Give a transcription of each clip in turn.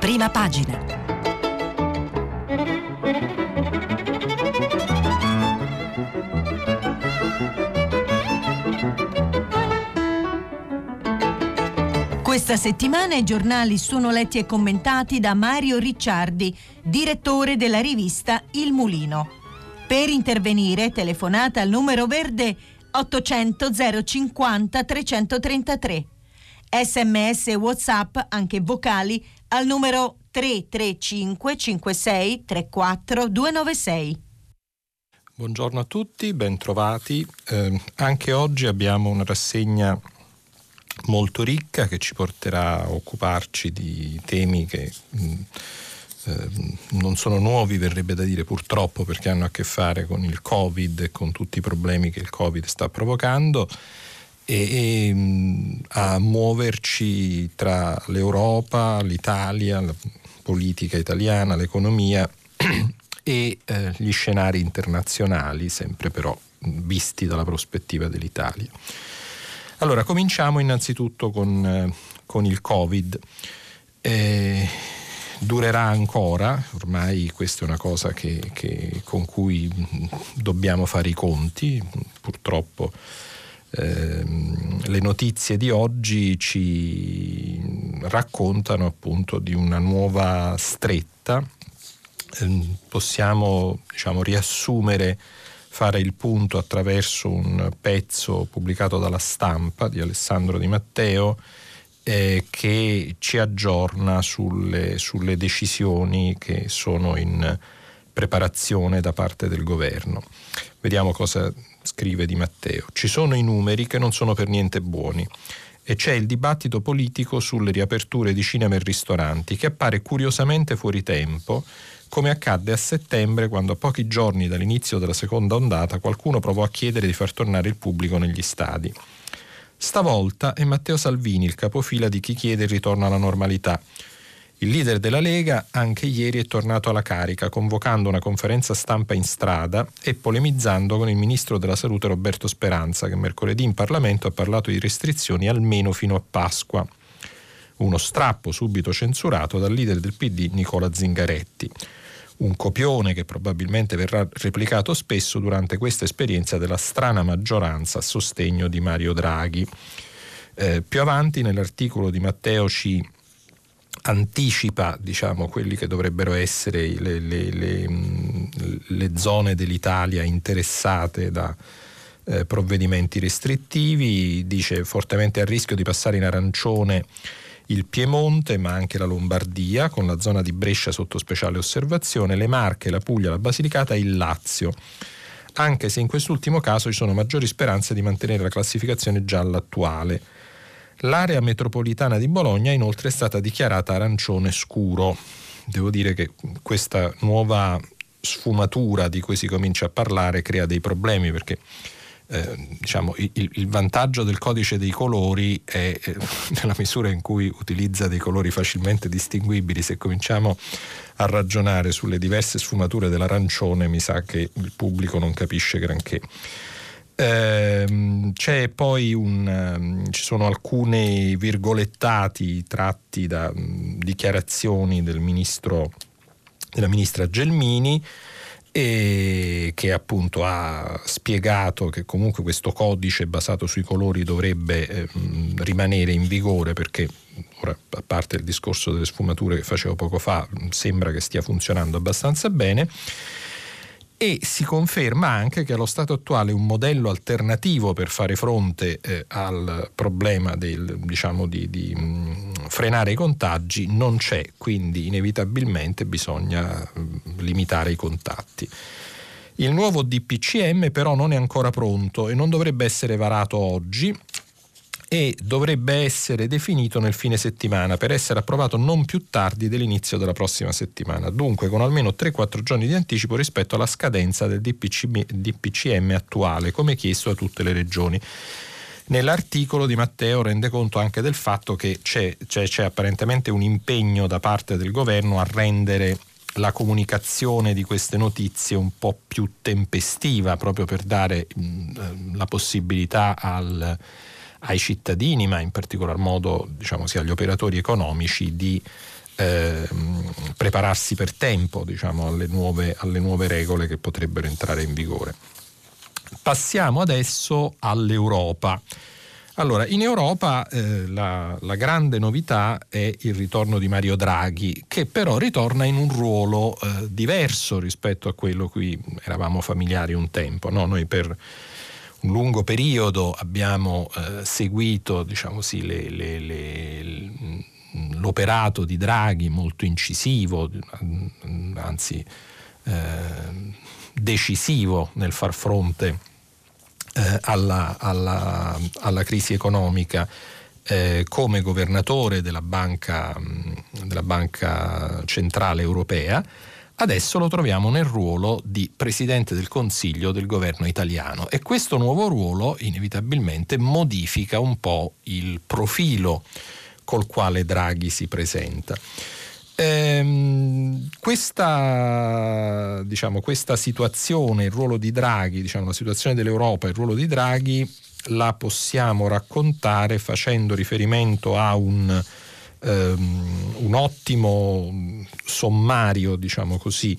Prima pagina. Questa settimana i giornali sono letti e commentati da Mario Ricciardi, direttore della rivista Il Mulino. Per intervenire telefonate al numero verde 800 050 333. SMS e WhatsApp, anche vocali, al numero 335 56 34 296. Buongiorno a tutti, bentrovati. Anche oggi abbiamo una rassegna molto ricca che ci porterà a occuparci di temi che non sono nuovi, verrebbe da dire purtroppo, perché hanno a che fare con il Covid e con tutti i problemi che il Covid sta provocando, e a muoverci tra l'Europa, l'Italia, la politica italiana, l'economia e gli scenari internazionali, sempre però visti dalla prospettiva dell'Italia. Allora, cominciamo innanzitutto con il Covid. Durerà ancora, ormai questa è una cosa con cui dobbiamo fare i conti. Purtroppo le notizie di oggi ci raccontano appunto di una nuova stretta. Possiamo, riassumere, fare il punto attraverso un pezzo pubblicato dalla Stampa di Alessandro Di Matteo che ci aggiorna sulle decisioni che sono in preparazione da parte del governo. Vediamo cosa scrive Di Matteo. Ci sono i numeri che non sono per niente buoni e c'è il dibattito politico sulle riaperture di cinema e ristoranti che appare curiosamente fuori tempo, come accadde a settembre, quando a pochi giorni dall'inizio della seconda ondata qualcuno provò a chiedere di far tornare il pubblico negli stadi. Stavolta è Matteo Salvini il capofila di chi chiede il ritorno alla normalità. Il leader della Lega anche ieri è tornato alla carica, convocando una conferenza stampa in strada e polemizzando con il ministro della Salute Roberto Speranza, che mercoledì in Parlamento ha parlato di restrizioni almeno fino a Pasqua. Uno strappo subito censurato dal leader del PD Nicola Zingaretti. Un copione che probabilmente verrà replicato spesso durante questa esperienza della strana maggioranza a sostegno di Mario Draghi. Più avanti nell'articolo Di Matteo ci anticipa, quelli che dovrebbero essere le zone dell'Italia interessate da provvedimenti restrittivi. Dice: fortemente a rischio di passare in arancione il Piemonte, ma anche la Lombardia, con la zona di Brescia sotto speciale osservazione, le Marche, la Puglia, la Basilicata e il Lazio, anche se in quest'ultimo caso ci sono maggiori speranze di mantenere la classificazione gialla attuale. L'area metropolitana di Bologna inoltre è stata dichiarata arancione scuro. Devo dire che questa nuova sfumatura di cui si comincia a parlare crea dei problemi, perché il vantaggio del codice dei colori è nella misura in cui utilizza dei colori facilmente distinguibili. Se cominciamo a ragionare sulle diverse sfumature dell'arancione, mi sa che il pubblico non capisce granché. C'è poi ci sono alcuni virgolettati tratti da dichiarazioni della ministra Gelmini, e che appunto ha spiegato che comunque questo codice basato sui colori dovrebbe rimanere in vigore, perché ora, a parte il discorso delle sfumature che facevo poco fa, sembra che stia funzionando abbastanza bene. E si conferma anche che allo stato attuale un modello alternativo per fare fronte al problema di frenare i contagi non c'è, quindi inevitabilmente bisogna limitare i contatti. Il nuovo DPCM però non è ancora pronto e non dovrebbe essere varato oggi, e dovrebbe essere definito nel fine settimana per essere approvato non più tardi dell'inizio della prossima settimana, dunque con almeno 3-4 giorni di anticipo rispetto alla scadenza del DPCM attuale, come chiesto da tutte le regioni. Nell'articolo Di Matteo rende conto anche del fatto che c'è apparentemente un impegno da parte del governo a rendere la comunicazione di queste notizie un po' più tempestiva, proprio per dare la possibilità ai cittadini, ma in particolar modo sia agli operatori economici, di prepararsi per tempo, diciamo, alle nuove regole che potrebbero entrare in vigore. Passiamo adesso all'Europa. Allora, in Europa la grande novità è il ritorno di Mario Draghi, che però ritorna in un ruolo diverso rispetto a quello a cui eravamo familiari un tempo, no? Noi per un lungo periodo abbiamo seguito, diciamo sì, l'operato di Draghi molto incisivo, anzi decisivo nel far fronte alla crisi economica come governatore della banca centrale europea. Adesso lo troviamo nel ruolo di Presidente del Consiglio del governo italiano, e questo nuovo ruolo inevitabilmente modifica un po' il profilo col quale Draghi si presenta. Questa situazione, il ruolo di Draghi, la situazione dell'Europa, il ruolo di Draghi, la possiamo raccontare facendo riferimento a un ottimo sommario, diciamo così,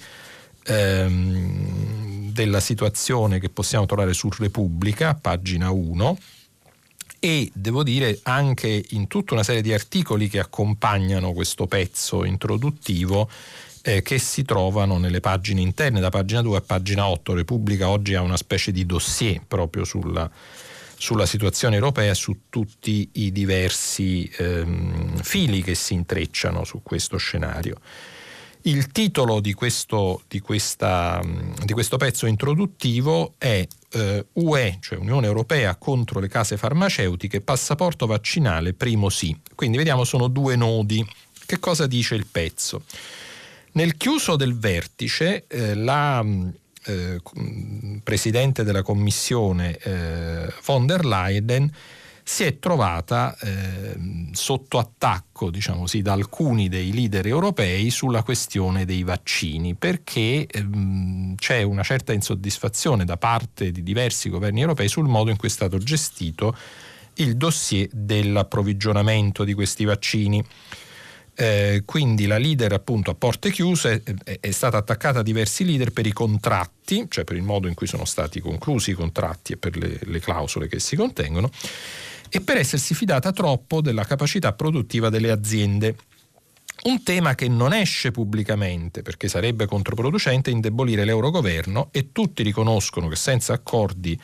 della situazione che possiamo trovare su Repubblica, pagina 1, e devo dire anche in tutta una serie di articoli che accompagnano questo pezzo introduttivo, che si trovano nelle pagine interne, da pagina 2 a pagina 8. Repubblica oggi ha una specie di dossier proprio sulla situazione europea, su tutti i diversi fili che si intrecciano su questo scenario. Il titolo di questo pezzo introduttivo è UE, cioè Unione Europea contro le case farmaceutiche, passaporto vaccinale primo sì. Quindi vediamo, sono due nodi. Che cosa dice il pezzo? Nel chiuso del vertice la Presidente della Commissione von der Leyen si è trovata sotto attacco, diciamo così, da alcuni dei leader europei sulla questione dei vaccini, perché c'è una certa insoddisfazione da parte di diversi governi europei sul modo in cui è stato gestito il dossier dell'approvvigionamento di questi vaccini. Quindi la leader, appunto, a porte chiuse è stata attaccata a diversi leader per i contratti, cioè per il modo in cui sono stati conclusi i contratti e per le clausole che si contengono, e per essersi fidata troppo della capacità produttiva delle aziende. Un tema che non esce pubblicamente perché sarebbe controproducente indebolire l'Eurogoverno, e tutti riconoscono che senza accordi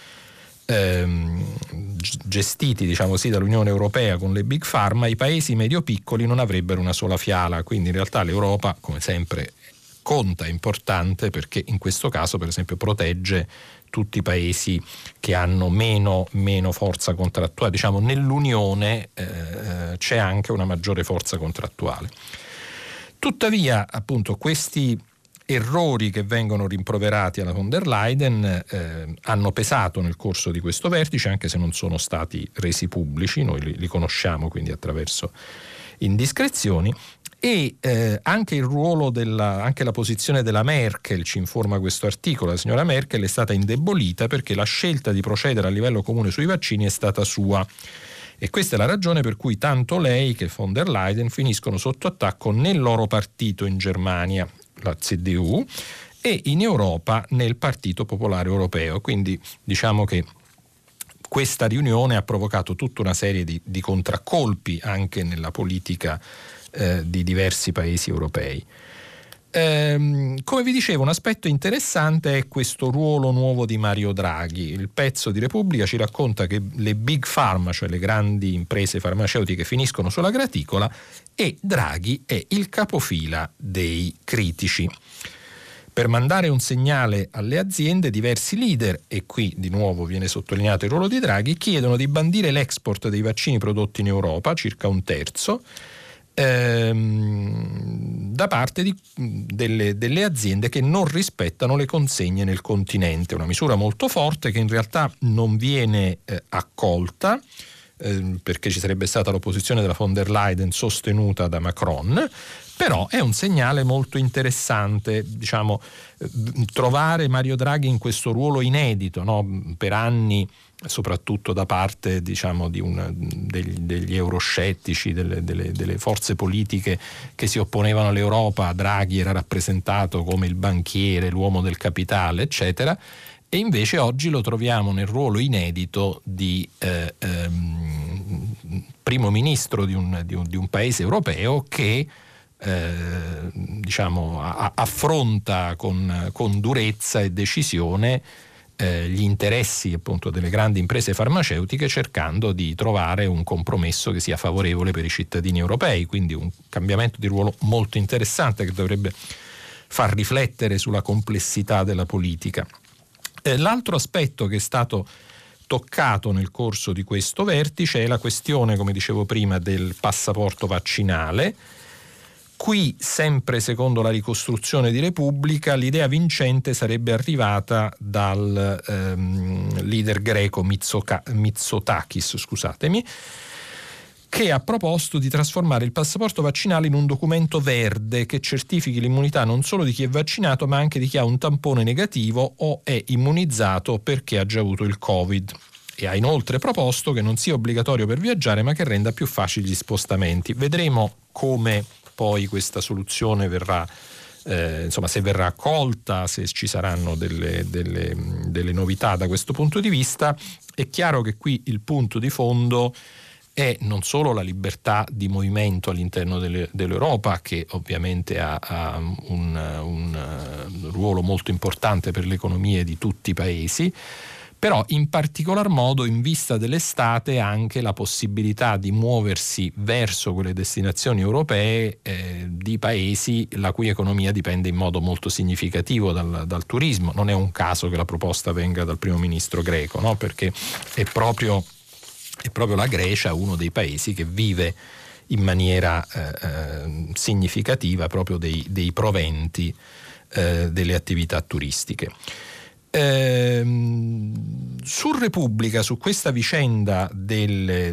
gestiti, diciamo così, dall'Unione Europea con le big pharma, i paesi medio-piccoli non avrebbero una sola fiala. Quindi in realtà l'Europa, come sempre, conta, è importante, perché in questo caso, per esempio, protegge tutti i paesi che hanno meno forza contrattuale. Diciamo, nell'Unione c'è anche una maggiore forza contrattuale. Tuttavia, appunto, questi errori che vengono rimproverati alla von der Leyen hanno pesato nel corso di questo vertice, anche se non sono stati resi pubblici. Noi li conosciamo quindi attraverso indiscrezioni, e anche il ruolo anche la posizione della Merkel, ci informa questo articolo. La signora Merkel è stata indebolita perché la scelta di procedere a livello comune sui vaccini è stata sua, e questa è la ragione per cui tanto lei che von der Leyen finiscono sotto attacco nel loro partito in Germania, la CDU, e in Europa nel Partito Popolare Europeo. Quindi diciamo che questa riunione ha provocato tutta una serie di contraccolpi anche nella politica di diversi paesi europei. Come vi dicevo, un aspetto interessante è questo ruolo nuovo di Mario Draghi. Il pezzo di Repubblica ci racconta che le big pharma, cioè le grandi imprese farmaceutiche, finiscono sulla graticola, e Draghi è il capofila dei critici. Per mandare un segnale alle aziende, diversi leader, e qui di nuovo viene sottolineato il ruolo di Draghi, chiedono di bandire l'export dei vaccini prodotti in Europa, circa un terzo, da parte delle aziende che non rispettano le consegne nel continente. Una misura molto forte che in realtà non viene accolta perché ci sarebbe stata l'opposizione della von der Leyen sostenuta da Macron. Però è un segnale molto interessante, diciamo, trovare Mario Draghi in questo ruolo inedito, no? Per anni, soprattutto da parte, diciamo, degli euroscettici, delle forze politiche che si opponevano all'Europa, Draghi era rappresentato come il banchiere, l'uomo del capitale, eccetera, e invece oggi lo troviamo nel ruolo inedito di primo ministro di un paese europeo che diciamo affronta con durezza e decisione gli interessi appunto delle grandi imprese farmaceutiche, cercando di trovare un compromesso che sia favorevole per i cittadini europei. Quindi un cambiamento di ruolo molto interessante che dovrebbe far riflettere sulla complessità della politica. L'altro aspetto che è stato toccato nel corso di questo vertice è la questione, come dicevo prima, del passaporto vaccinale. Qui, sempre secondo la ricostruzione di Repubblica, l'idea vincente sarebbe arrivata dal leader greco Mitsotakis, che ha proposto di trasformare il passaporto vaccinale in un documento verde che certifichi l'immunità non solo di chi è vaccinato, ma anche di chi ha un tampone negativo o è immunizzato perché ha già avuto il Covid. E ha inoltre proposto che non sia obbligatorio per viaggiare, ma che renda più facili gli spostamenti. Vedremo come poi questa soluzione verrà, se verrà accolta, se ci saranno delle novità da questo punto di vista. È chiaro che qui il punto di fondo è non solo la libertà di movimento all'interno dell'Europa, che ovviamente ha un ruolo molto importante per le economie di tutti i paesi, però in particolar modo, in vista dell'estate, anche la possibilità di muoversi verso quelle destinazioni europee di paesi la cui economia dipende in modo molto significativo dal turismo. Non è un caso che la proposta venga dal primo ministro greco, no? Perché è proprio la Grecia uno dei paesi che vive in maniera significativa proprio dei proventi delle attività turistiche. Su Repubblica, su questa vicenda dello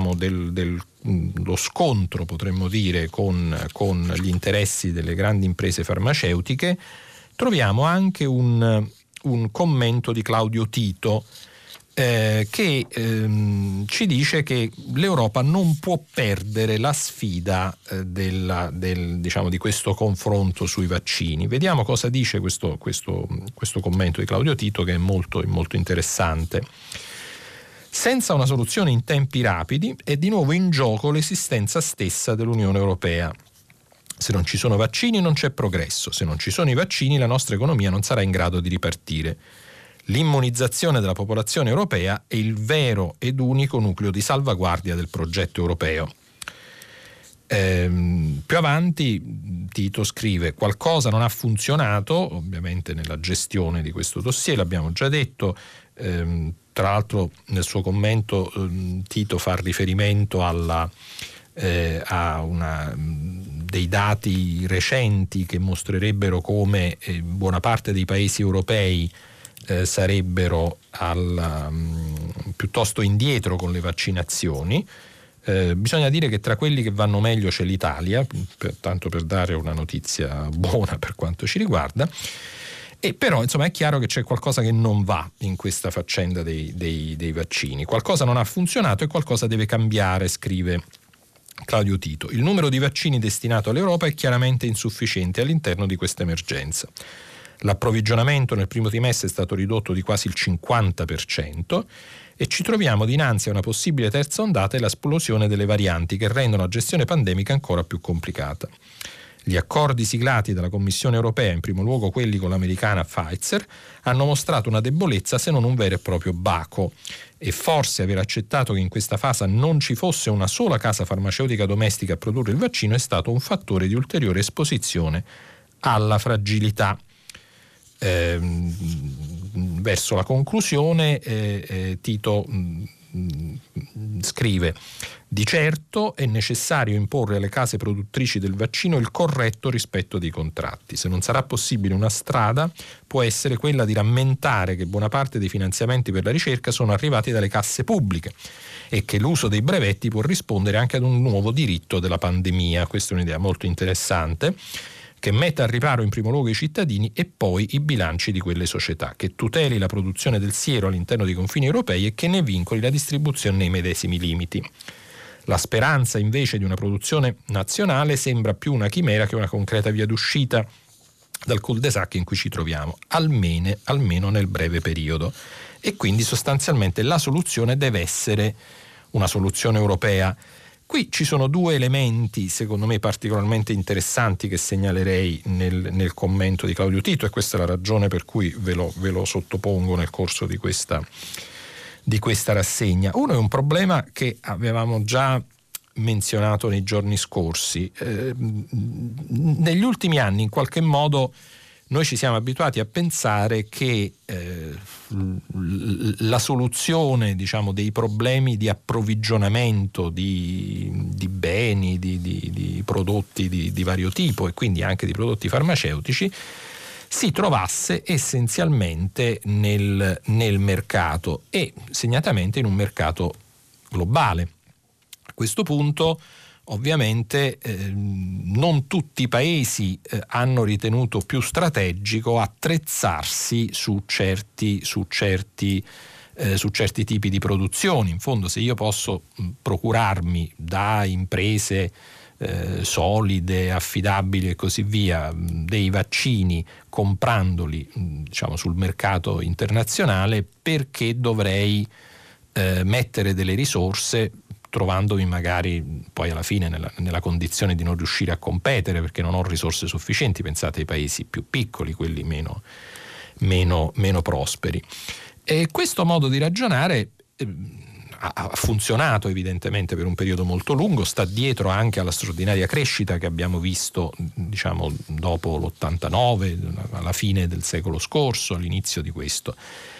scontro, potremmo dire, con gli interessi delle grandi imprese farmaceutiche, troviamo anche un commento di Claudio Tito, che ci dice che l'Europa non può perdere la sfida di questo confronto sui vaccini. Vediamo cosa dice questo commento di Claudio Tito, che è molto, molto interessante. Senza una soluzione in tempi rapidi è di nuovo in gioco l'esistenza stessa dell'Unione Europea. Se non ci sono vaccini non c'è progresso, se non ci sono i vaccini la nostra economia non sarà in grado di ripartire. L'immunizzazione della popolazione europea è il vero ed unico nucleo di salvaguardia del progetto europeo. Più avanti Tito scrive: qualcosa non ha funzionato, ovviamente nella gestione di questo dossier, l'abbiamo già detto. Tra l'altro nel suo commento Tito fa riferimento a dei dati recenti che mostrerebbero come buona parte dei paesi europei sarebbero piuttosto indietro con le vaccinazioni. Bisogna dire che tra quelli che vanno meglio c'è l'Italia, tanto per dare una notizia buona per quanto ci riguarda. E però insomma è chiaro che c'è qualcosa che non va in questa faccenda dei vaccini. Qualcosa non ha funzionato e qualcosa deve cambiare, scrive Claudio Tito. Il numero di vaccini destinato all'Europa è chiaramente insufficiente all'interno di questa emergenza. L'approvvigionamento nel primo trimestre è stato ridotto di quasi il 50% e ci troviamo dinanzi a una possibile terza ondata e l'esplosione delle varianti che rendono la gestione pandemica ancora più complicata. Gli accordi siglati dalla Commissione europea, in primo luogo quelli con l'americana Pfizer, hanno mostrato una debolezza se non un vero e proprio baco, e forse aver accettato che in questa fase non ci fosse una sola casa farmaceutica domestica a produrre il vaccino è stato un fattore di ulteriore esposizione alla fragilità. Verso la conclusione Tito scrive: di certo è necessario imporre alle case produttrici del vaccino il corretto rispetto dei contratti. Se non sarà possibile, una strada può essere quella di rammentare che buona parte dei finanziamenti per la ricerca sono arrivati dalle casse pubbliche e che l'uso dei brevetti può rispondere anche ad un nuovo diritto della pandemia. Questa è un'idea molto interessante, che metta al riparo in primo luogo i cittadini e poi i bilanci di quelle società, che tuteli la produzione del siero all'interno dei confini europei e che ne vincoli la distribuzione nei medesimi limiti. La speranza invece di una produzione nazionale sembra più una chimera che una concreta via d'uscita dal cul-de-sac in cui ci troviamo, almeno nel breve periodo. E quindi sostanzialmente la soluzione deve essere una soluzione europea. Qui ci sono due elementi, secondo me, particolarmente interessanti che segnalerei nel commento di Claudio Tito, e questa è la ragione per cui ve lo sottopongo nel corso di questa rassegna. Uno è un problema che avevamo già menzionato nei giorni scorsi. Negli ultimi anni, in qualche modo, noi ci siamo abituati a pensare che la soluzione, diciamo, dei problemi di approvvigionamento di beni, di prodotti di vario tipo, e quindi anche di prodotti farmaceutici, si trovasse essenzialmente nel mercato, e segnatamente in un mercato globale. A questo punto, ovviamente, non tutti i paesi hanno ritenuto più strategico attrezzarsi su certi tipi di produzioni. In fondo, se io posso procurarmi da imprese solide, affidabili e così via, dei vaccini comprandoli, diciamo, sul mercato internazionale, perché dovrei mettere delle risorse, trovandomi magari poi alla fine nella condizione di non riuscire a competere perché non ho risorse sufficienti? Pensate ai paesi più piccoli, quelli meno prosperi. E questo modo di ragionare ha funzionato evidentemente per un periodo molto lungo, sta dietro anche alla straordinaria crescita che abbiamo visto, diciamo, dopo l'89, alla fine del secolo scorso, all'inizio di questo.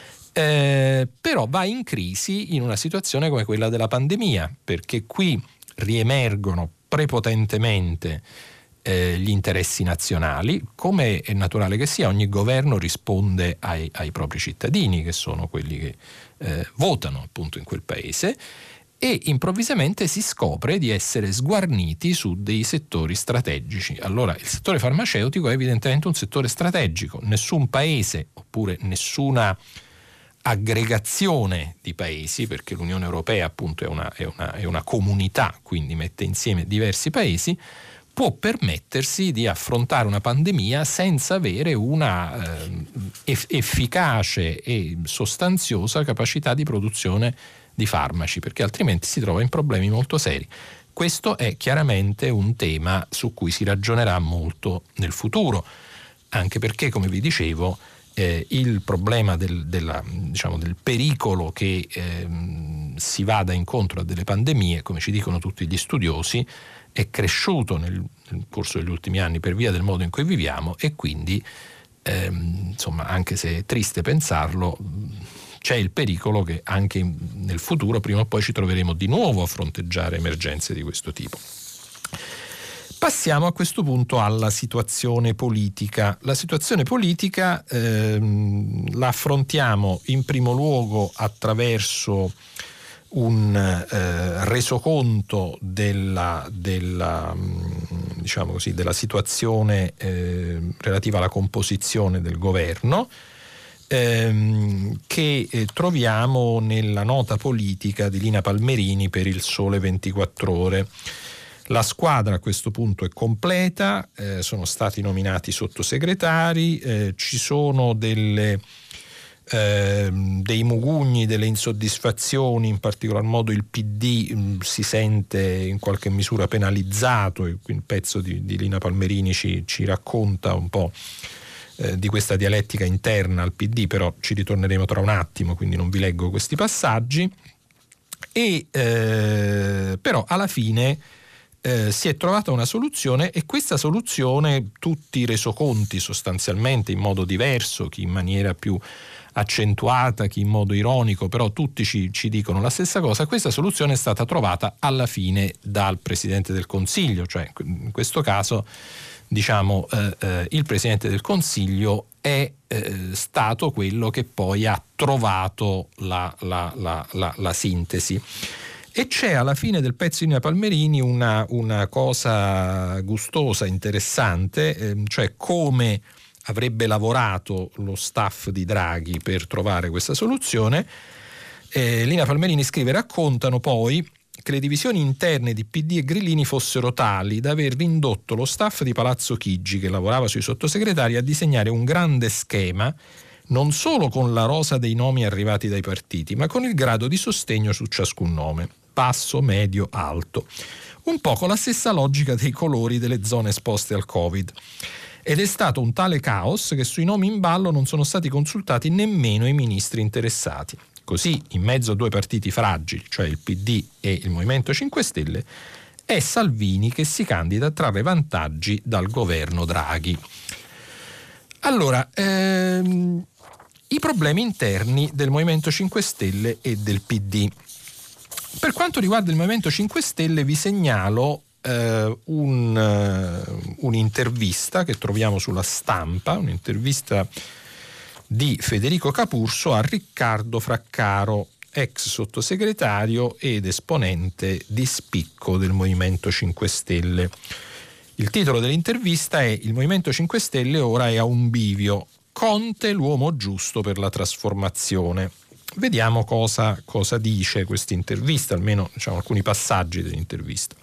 Però va in crisi in una situazione come quella della pandemia, perché qui riemergono prepotentemente gli interessi nazionali. Come è naturale che sia, ogni governo risponde ai propri cittadini, che sono quelli che votano appunto in quel paese, e improvvisamente si scopre di essere sguarniti su dei settori strategici. Allora, il settore farmaceutico è evidentemente un settore strategico. Nessun paese, oppure nessuna aggregazione di paesi, perché l'Unione Europea appunto è una comunità, quindi mette insieme diversi paesi, può permettersi di affrontare una pandemia senza avere una efficace e sostanziosa capacità di produzione di farmaci, perché altrimenti si trova in problemi molto seri. Questo è chiaramente un tema su cui si ragionerà molto nel futuro, anche perché, come vi dicevo, il problema del pericolo che si vada incontro a delle pandemie, come ci dicono tutti gli studiosi, è cresciuto nel corso degli ultimi anni per via del modo in cui viviamo, e quindi anche se è triste pensarlo, c'è il pericolo che anche nel futuro prima o poi ci troveremo di nuovo a fronteggiare emergenze di questo tipo. Passiamo a questo punto alla situazione politica. La situazione politica la affrontiamo in primo luogo attraverso un resoconto della situazione relativa alla composizione del governo, che troviamo nella nota politica di Lina Palmerini per il Sole 24 Ore. La squadra a questo punto è completa, sono stati nominati sottosegretari, ci sono dei mugugni, delle insoddisfazioni, in particolar modo il PD si sente in qualche misura penalizzato, e il pezzo di Lina Palmerini ci racconta un po' di questa dialettica interna al PD, però ci ritorneremo tra un attimo, quindi non vi leggo questi passaggi. E però alla fine si è trovata una soluzione, e questa soluzione tutti i resoconti sostanzialmente in modo diverso, chi in maniera più accentuata, chi in modo ironico, però tutti ci dicono la stessa cosa. Questa soluzione è stata trovata alla fine dal Presidente del Consiglio, cioè in questo caso diciamo il Presidente del Consiglio è stato quello che poi ha trovato la sintesi. E c'è alla fine del pezzo di Nina Palmerini una cosa gustosa, interessante, cioè come avrebbe lavorato lo staff di Draghi per trovare questa soluzione. Lina Palmerini scrive: raccontano poi che le divisioni interne di PD e Grillini fossero tali da aver indotto lo staff di Palazzo Chigi, che lavorava sui sottosegretari, a disegnare un grande schema non solo con la rosa dei nomi arrivati dai partiti, ma con il grado di sostegno su ciascun nome, basso, medio, alto, un po' con la stessa logica dei colori delle zone esposte al Covid. Ed è stato un tale caos che sui nomi in ballo non sono stati consultati nemmeno i ministri interessati. Così, in mezzo a due partiti fragili, cioè il PD e il Movimento 5 Stelle, è Salvini che si candida a trarre vantaggi dal governo Draghi. Allora, i problemi interni del Movimento 5 Stelle e del PD. Per quanto riguarda il Movimento 5 Stelle vi segnalo un'intervista che troviamo sulla Stampa, un'intervista di Federico Capurso a Riccardo Fraccaro, ex sottosegretario ed esponente di spicco del Movimento 5 Stelle. Il titolo dell'intervista è: il Movimento 5 Stelle ora è a un bivio, Conte l'uomo giusto per la trasformazione. Vediamo cosa dice questa intervista, almeno diciamo alcuni passaggi dell'intervista.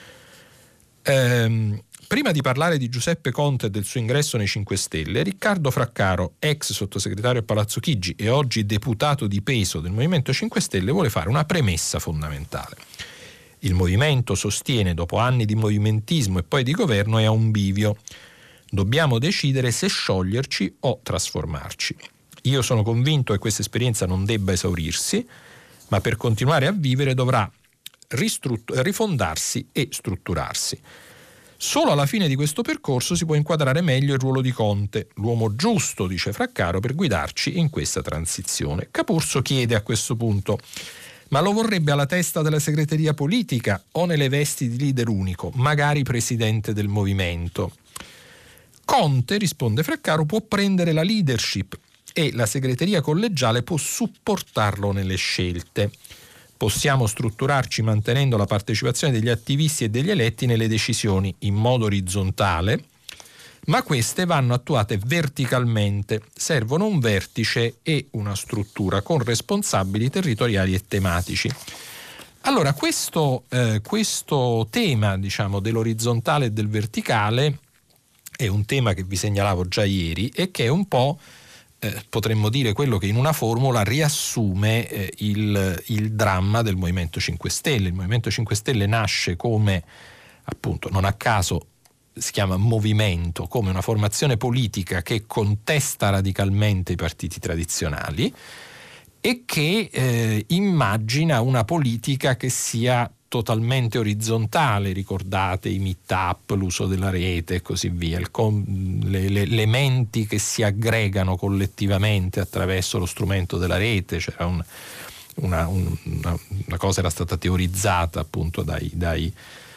Prima di parlare di Giuseppe Conte e del suo ingresso nei 5 Stelle, Riccardo Fraccaro, ex sottosegretario a Palazzo Chigi e oggi deputato di peso del Movimento 5 Stelle, vuole fare una premessa fondamentale. Il Movimento sostiene, dopo anni di movimentismo e poi di governo, è a un bivio. Dobbiamo decidere se scioglierci o trasformarci. Io sono convinto che questa esperienza non debba esaurirsi, ma per continuare a vivere dovrà rifondarsi e strutturarsi. Solo alla fine di questo percorso si può inquadrare meglio il ruolo di Conte, l'uomo giusto, dice Fraccaro, per guidarci in questa transizione. Capurso chiede a questo punto: ma lo vorrebbe alla testa della segreteria politica o nelle vesti di leader unico, magari presidente del movimento? Conte, risponde Fraccaro, può prendere la leadership e la segreteria collegiale può supportarlo nelle scelte. Possiamo strutturarci mantenendo la partecipazione degli attivisti e degli eletti nelle decisioni in modo orizzontale, ma queste vanno attuate verticalmente. Servono un vertice e una struttura con responsabili territoriali e tematici. Allora, questo tema, diciamo, dell'orizzontale e del verticale è un tema che vi segnalavo già ieri e che è un po', potremmo dire, quello che in una formula riassume il dramma del Movimento 5 Stelle. Il Movimento 5 Stelle nasce come, appunto, non a caso si chiama movimento, come una formazione politica che contesta radicalmente i partiti tradizionali e che immagina una politica che sia totalmente orizzontale. Ricordate i meet-up, l'uso della rete e così via, le menti che si aggregano collettivamente attraverso lo strumento della rete. C'era una cosa era stata teorizzata appunto dagli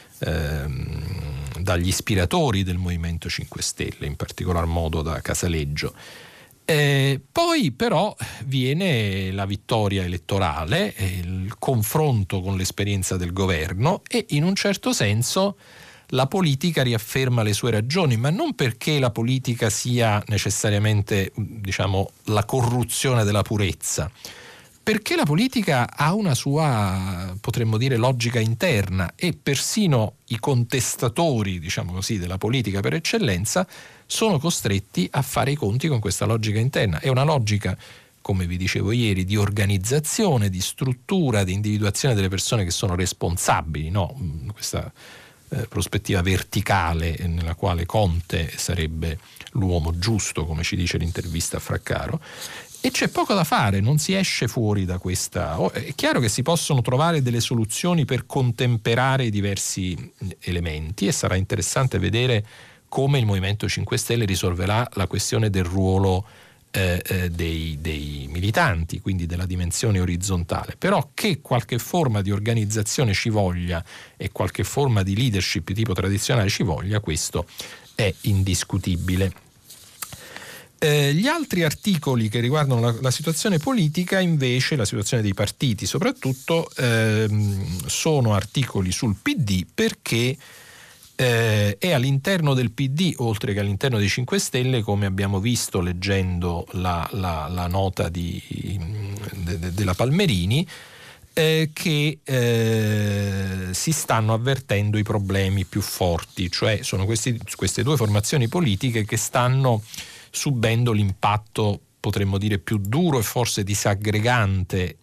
ispiratori del Movimento 5 Stelle, in particolar modo da Casaleggio. Poi però viene la vittoria elettorale, il confronto con l'esperienza del governo e in un certo senso la politica riafferma le sue ragioni, ma non perché la politica sia necessariamente, diciamo, la corruzione della purezza, perché la politica ha una sua, potremmo dire, logica interna e persino i contestatori, diciamo così, della politica per eccellenza sono costretti a fare i conti con questa logica interna. È una logica, come vi dicevo ieri, di organizzazione, di struttura, di individuazione delle persone che sono responsabili, no? Questa prospettiva verticale nella quale Conte sarebbe l'uomo giusto, come ci dice l'intervista a Fraccaro. E c'è poco da fare, non si esce fuori da questa. È chiaro che si possono trovare delle soluzioni per contemperare i diversi elementi e sarà interessante vedere come il Movimento 5 Stelle risolverà la questione del ruolo dei militanti, quindi della dimensione orizzontale, però che qualche forma di organizzazione ci voglia e qualche forma di leadership tipo tradizionale ci voglia, questo è indiscutibile. Gli altri articoli che riguardano la situazione politica, invece, la situazione dei partiti soprattutto, sono articoli sul PD, perché è all'interno del PD, oltre che all'interno dei 5 Stelle, come abbiamo visto leggendo la nota della Palmerini, che si stanno avvertendo i problemi più forti, cioè sono queste due formazioni politiche che stanno subendo l'impatto, potremmo dire, più duro e forse disaggregante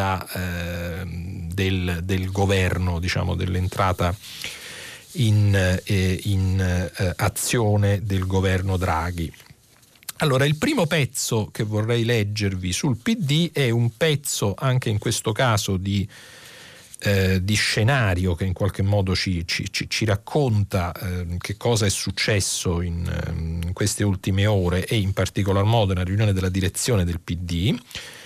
del governo, diciamo, dell'entrata in azione del governo Draghi. Allora, il primo pezzo che vorrei leggervi sul PD è un pezzo, anche in questo caso, di scenario, che in qualche modo ci racconta che cosa è successo in queste ultime ore, e in particolar modo nella riunione della direzione del PD.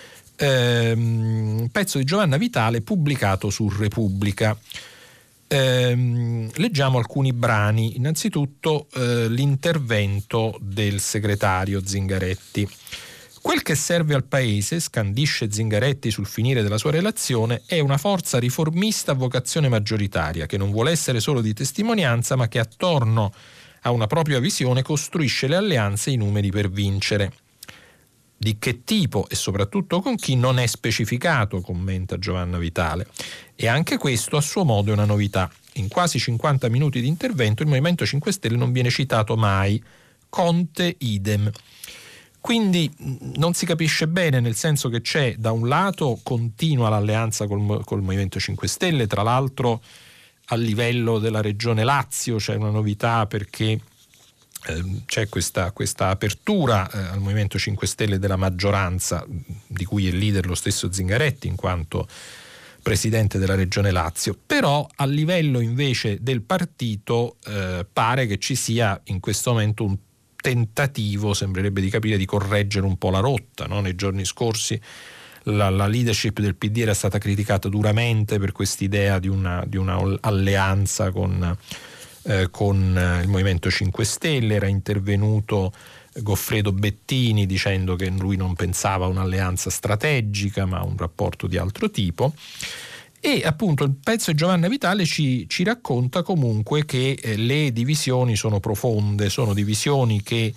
Un pezzo di Giovanna Vitale pubblicato su Repubblica. Leggiamo alcuni brani. Innanzitutto l'intervento del segretario Zingaretti. Quel che serve al paese, scandisce Zingaretti sul finire della sua relazione, è una forza riformista a vocazione maggioritaria, che non vuole essere solo di testimonianza, ma che attorno a una propria visione costruisce le alleanze e i numeri per vincere. Di che tipo e soprattutto con chi non è specificato, commenta Giovanna Vitale. E anche questo a suo modo è una novità. In quasi 50 minuti di intervento il Movimento 5 Stelle non viene citato mai. Conte idem. Quindi non si capisce bene, nel senso che c'è, da un lato continua l'alleanza col Movimento 5 Stelle, tra l'altro a livello della regione Lazio c'è una novità, perché c'è questa apertura al Movimento 5 Stelle della maggioranza, di cui è leader lo stesso Zingaretti in quanto presidente della regione Lazio. Però a livello invece del partito pare che ci sia in questo momento un tentativo, sembrerebbe di capire, di correggere un po' la rotta, no? Nei giorni scorsi la leadership del PD era stata criticata duramente per quest'idea di una alleanza con il Movimento 5 Stelle. Era intervenuto Goffredo Bettini dicendo che lui non pensava a un'alleanza strategica ma a un rapporto di altro tipo, e appunto il pezzo di Giovanna Vitale ci racconta comunque che le divisioni sono profonde, sono divisioni che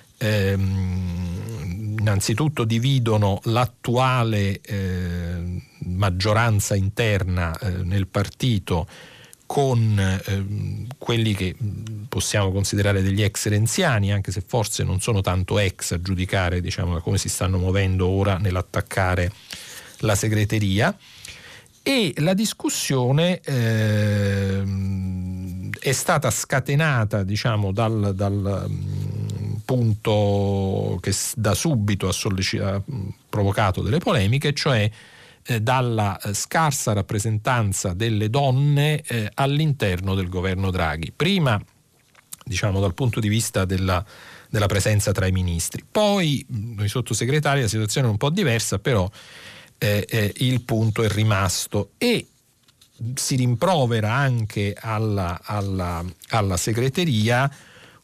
innanzitutto dividono l'attuale maggioranza interna nel partito con quelli che possiamo considerare degli ex renziani, anche se forse non sono tanto ex a giudicare, diciamo, da come si stanno muovendo ora nell'attaccare la segreteria. E la discussione è stata scatenata, diciamo, dal punto che da subito ha provocato delle polemiche, cioè dalla scarsa rappresentanza delle donne all'interno del governo Draghi. Prima, diciamo, dal punto di vista della presenza tra i ministri, poi i sottosegretari la situazione è un po' diversa, però il punto è rimasto, e si rimprovera anche alla segreteria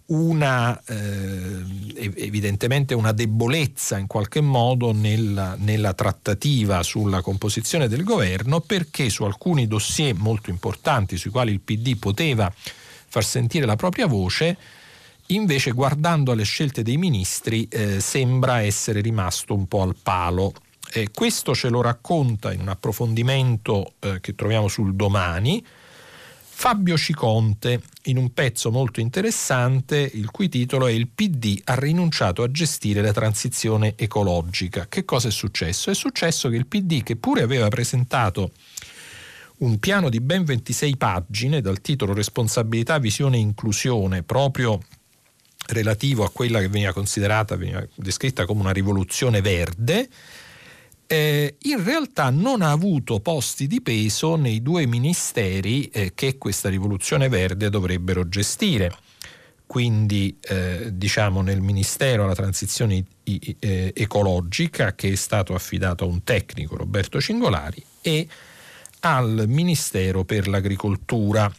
evidentemente una debolezza in qualche modo nella trattativa sulla composizione del governo, perché su alcuni dossier molto importanti sui quali il PD poteva far sentire la propria voce, invece guardando alle scelte dei ministri sembra essere rimasto un po' al palo. Questo ce lo racconta in un approfondimento che troviamo sul Domani Fabio Ciconte, in un pezzo molto interessante, il cui titolo è "Il PD ha rinunciato a gestire la transizione ecologica". Che cosa è successo? È successo che il PD, che pure aveva presentato un piano di ben 26 pagine dal titolo Responsabilità, Visione e Inclusione, proprio relativo a quella che veniva descritta come una rivoluzione verde, in realtà non ha avuto posti di peso nei due ministeri che questa rivoluzione verde dovrebbero gestire. quindi nel Ministero alla transizione ecologica, che è stato affidato a un tecnico, Roberto Cingolari, e al Ministero per l'Agricoltura.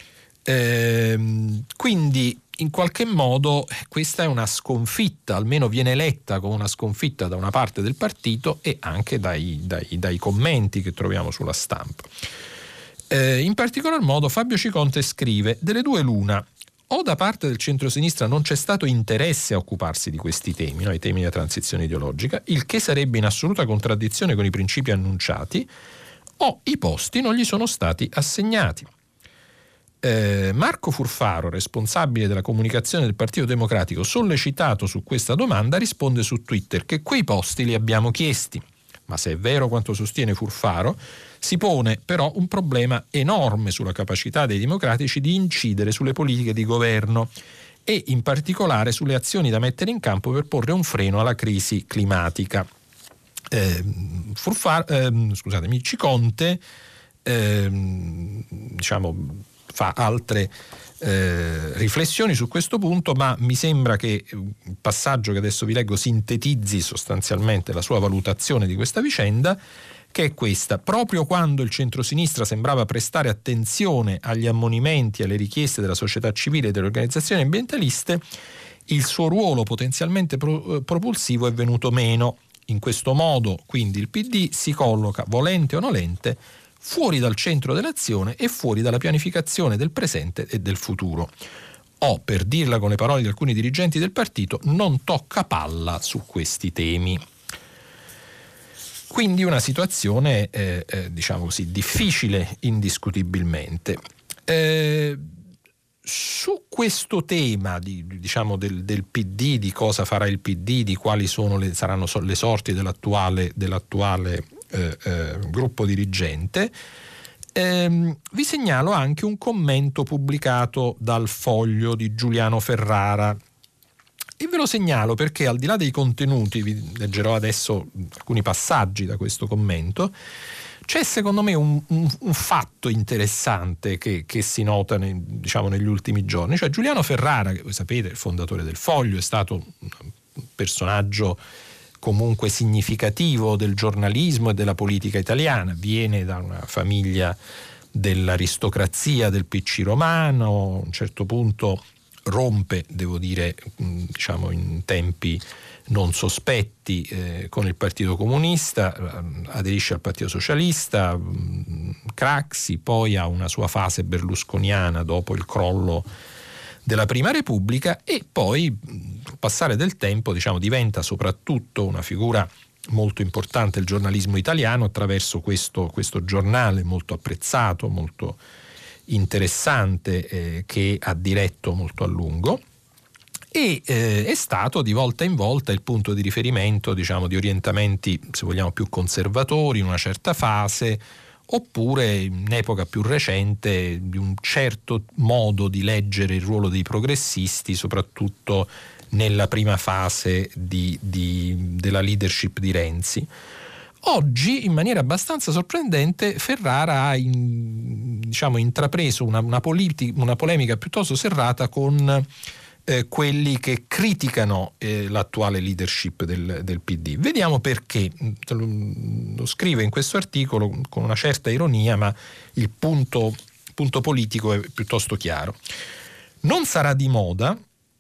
Quindi in qualche modo questa è una sconfitta, almeno viene letta come una sconfitta da una parte del partito e anche dai commenti che troviamo sulla stampa. In particolar modo Fabio Ciconte scrive: delle due l'una, o da parte del centrosinistra non c'è stato interesse a occuparsi di questi temi, i temi della transizione ideologica, il che sarebbe in assoluta contraddizione con i principi annunciati, o i posti non gli sono stati assegnati. Marco Furfaro, responsabile della comunicazione del Partito Democratico, sollecitato su questa domanda, risponde su Twitter che quei posti li abbiamo chiesti. Ma se è vero quanto sostiene Furfaro, si pone però un problema enorme sulla capacità dei democratici di incidere sulle politiche di governo e in particolare sulle azioni da mettere in campo per porre un freno alla crisi climatica. Ciconte fa altre riflessioni su questo punto, ma mi sembra che il passaggio che adesso vi leggo sintetizzi sostanzialmente la sua valutazione di questa vicenda, che è questa: proprio quando il centrosinistra sembrava prestare attenzione agli ammonimenti e alle richieste della società civile e delle organizzazioni ambientaliste, il suo ruolo potenzialmente propulsivo è venuto meno. In questo modo, quindi, il PD si colloca, volente o nolente, fuori dal centro dell'azione e fuori dalla pianificazione del presente e del futuro. O, per dirla con le parole di alcuni dirigenti del partito, non tocca palla su questi temi. Quindi una situazione, difficile indiscutibilmente. Su questo tema del PD, di cosa farà il PD, di quali saranno le sorti dell'attuale gruppo dirigente, vi segnalo anche un commento pubblicato dal Foglio di Giuliano Ferrara, e ve lo segnalo perché, al di là dei contenuti, vi leggerò adesso alcuni passaggi da questo commento, c'è secondo me un fatto interessante che si nota negli ultimi giorni. Cioè, Giuliano Ferrara, che voi sapete è il fondatore del Foglio, è stato un personaggio comunque significativo del giornalismo e della politica italiana, viene da una famiglia dell'aristocrazia del PC romano, a un certo punto rompe, devo dire, in tempi non sospetti con il Partito Comunista, aderisce al Partito Socialista, Craxi, poi ha una sua fase berlusconiana dopo il crollo della Prima Repubblica e poi, col passare del tempo, diventa soprattutto una figura molto importante del giornalismo italiano attraverso questo giornale molto apprezzato, molto interessante, che ha diretto molto a lungo, e è stato di volta in volta il punto di riferimento di orientamenti, se vogliamo, più conservatori in una certa fase, oppure in epoca più recente di un certo modo di leggere il ruolo dei progressisti, soprattutto nella prima fase della leadership di Renzi. Oggi, in maniera abbastanza sorprendente, Ferrara ha intrapreso una polemica piuttosto serrata con quelli che criticano l'attuale leadership del PD. Vediamo perché. Lo scrive in questo articolo con una certa ironia, ma il punto politico è piuttosto chiaro. Non sarà di moda,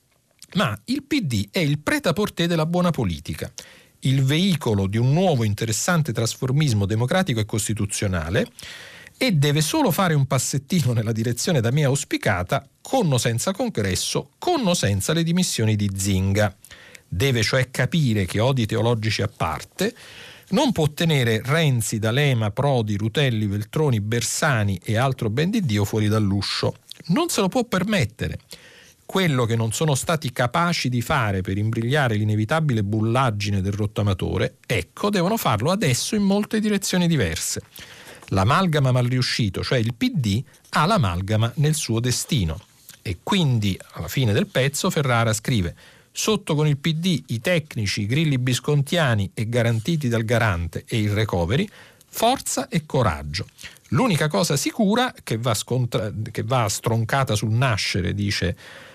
ma il PD è il prêt-à-porter della buona politica, il veicolo di un nuovo interessante trasformismo democratico e costituzionale, e deve solo fare un passettino nella direzione da me auspicata, con o senza congresso, con o senza le dimissioni di Zinga. Deve cioè capire che, odi teologici a parte, non può tenere Renzi, D'Alema, Prodi, Rutelli, Veltroni, Bersani e altro ben di Dio fuori dall'uscio. Non se lo può permettere. Quello che non sono stati capaci di fare per imbrigliare l'inevitabile bullaggine del rottamatore, devono farlo adesso in molte direzioni diverse. L'amalgama mal riuscito, cioè il PD, ha l'amalgama nel suo destino. E quindi, alla fine del pezzo, Ferrara scrive: sotto con il PD i tecnici, i grilli biscontiani e garantiti dal garante e il recovery, forza e coraggio. L'unica cosa sicura che va stroncata sul nascere, dice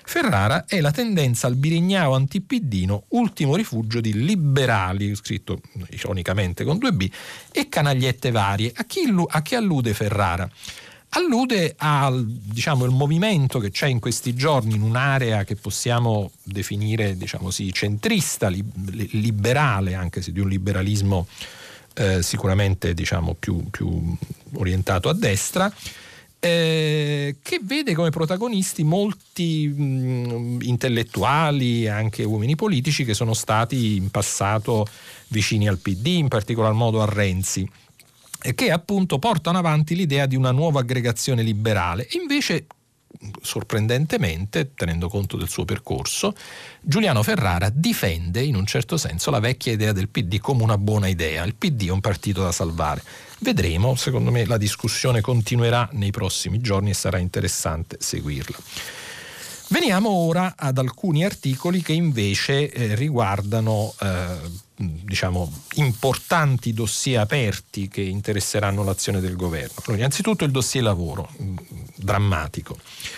Ferrara è la tendenza al birignao antipiddino, ultimo rifugio di liberali, scritto ironicamente con 2B, e canagliette varie. A chi allude Ferrara? Allude al, diciamo, il movimento che c'è in questi giorni in un'area che possiamo definire, diciamo sì, centrista, liberale, anche se di un liberalismo sicuramente, diciamo, più orientato a destra, che vede come protagonisti molti intellettuali, anche uomini politici che sono stati in passato vicini al PD, in particolar modo a Renzi, e che appunto portano avanti l'idea di una nuova aggregazione liberale. Invece, sorprendentemente, tenendo conto del suo percorso, Giuliano Ferrara difende in un certo senso la vecchia idea del PD come una buona idea. Il PD è un partito da salvare. Vedremo, secondo me la discussione continuerà nei prossimi giorni e sarà interessante seguirla. Veniamo ora ad alcuni articoli che invece riguardano diciamo importanti dossier aperti che interesseranno l'azione del governo. Allora, innanzitutto il dossier lavoro, drammatico.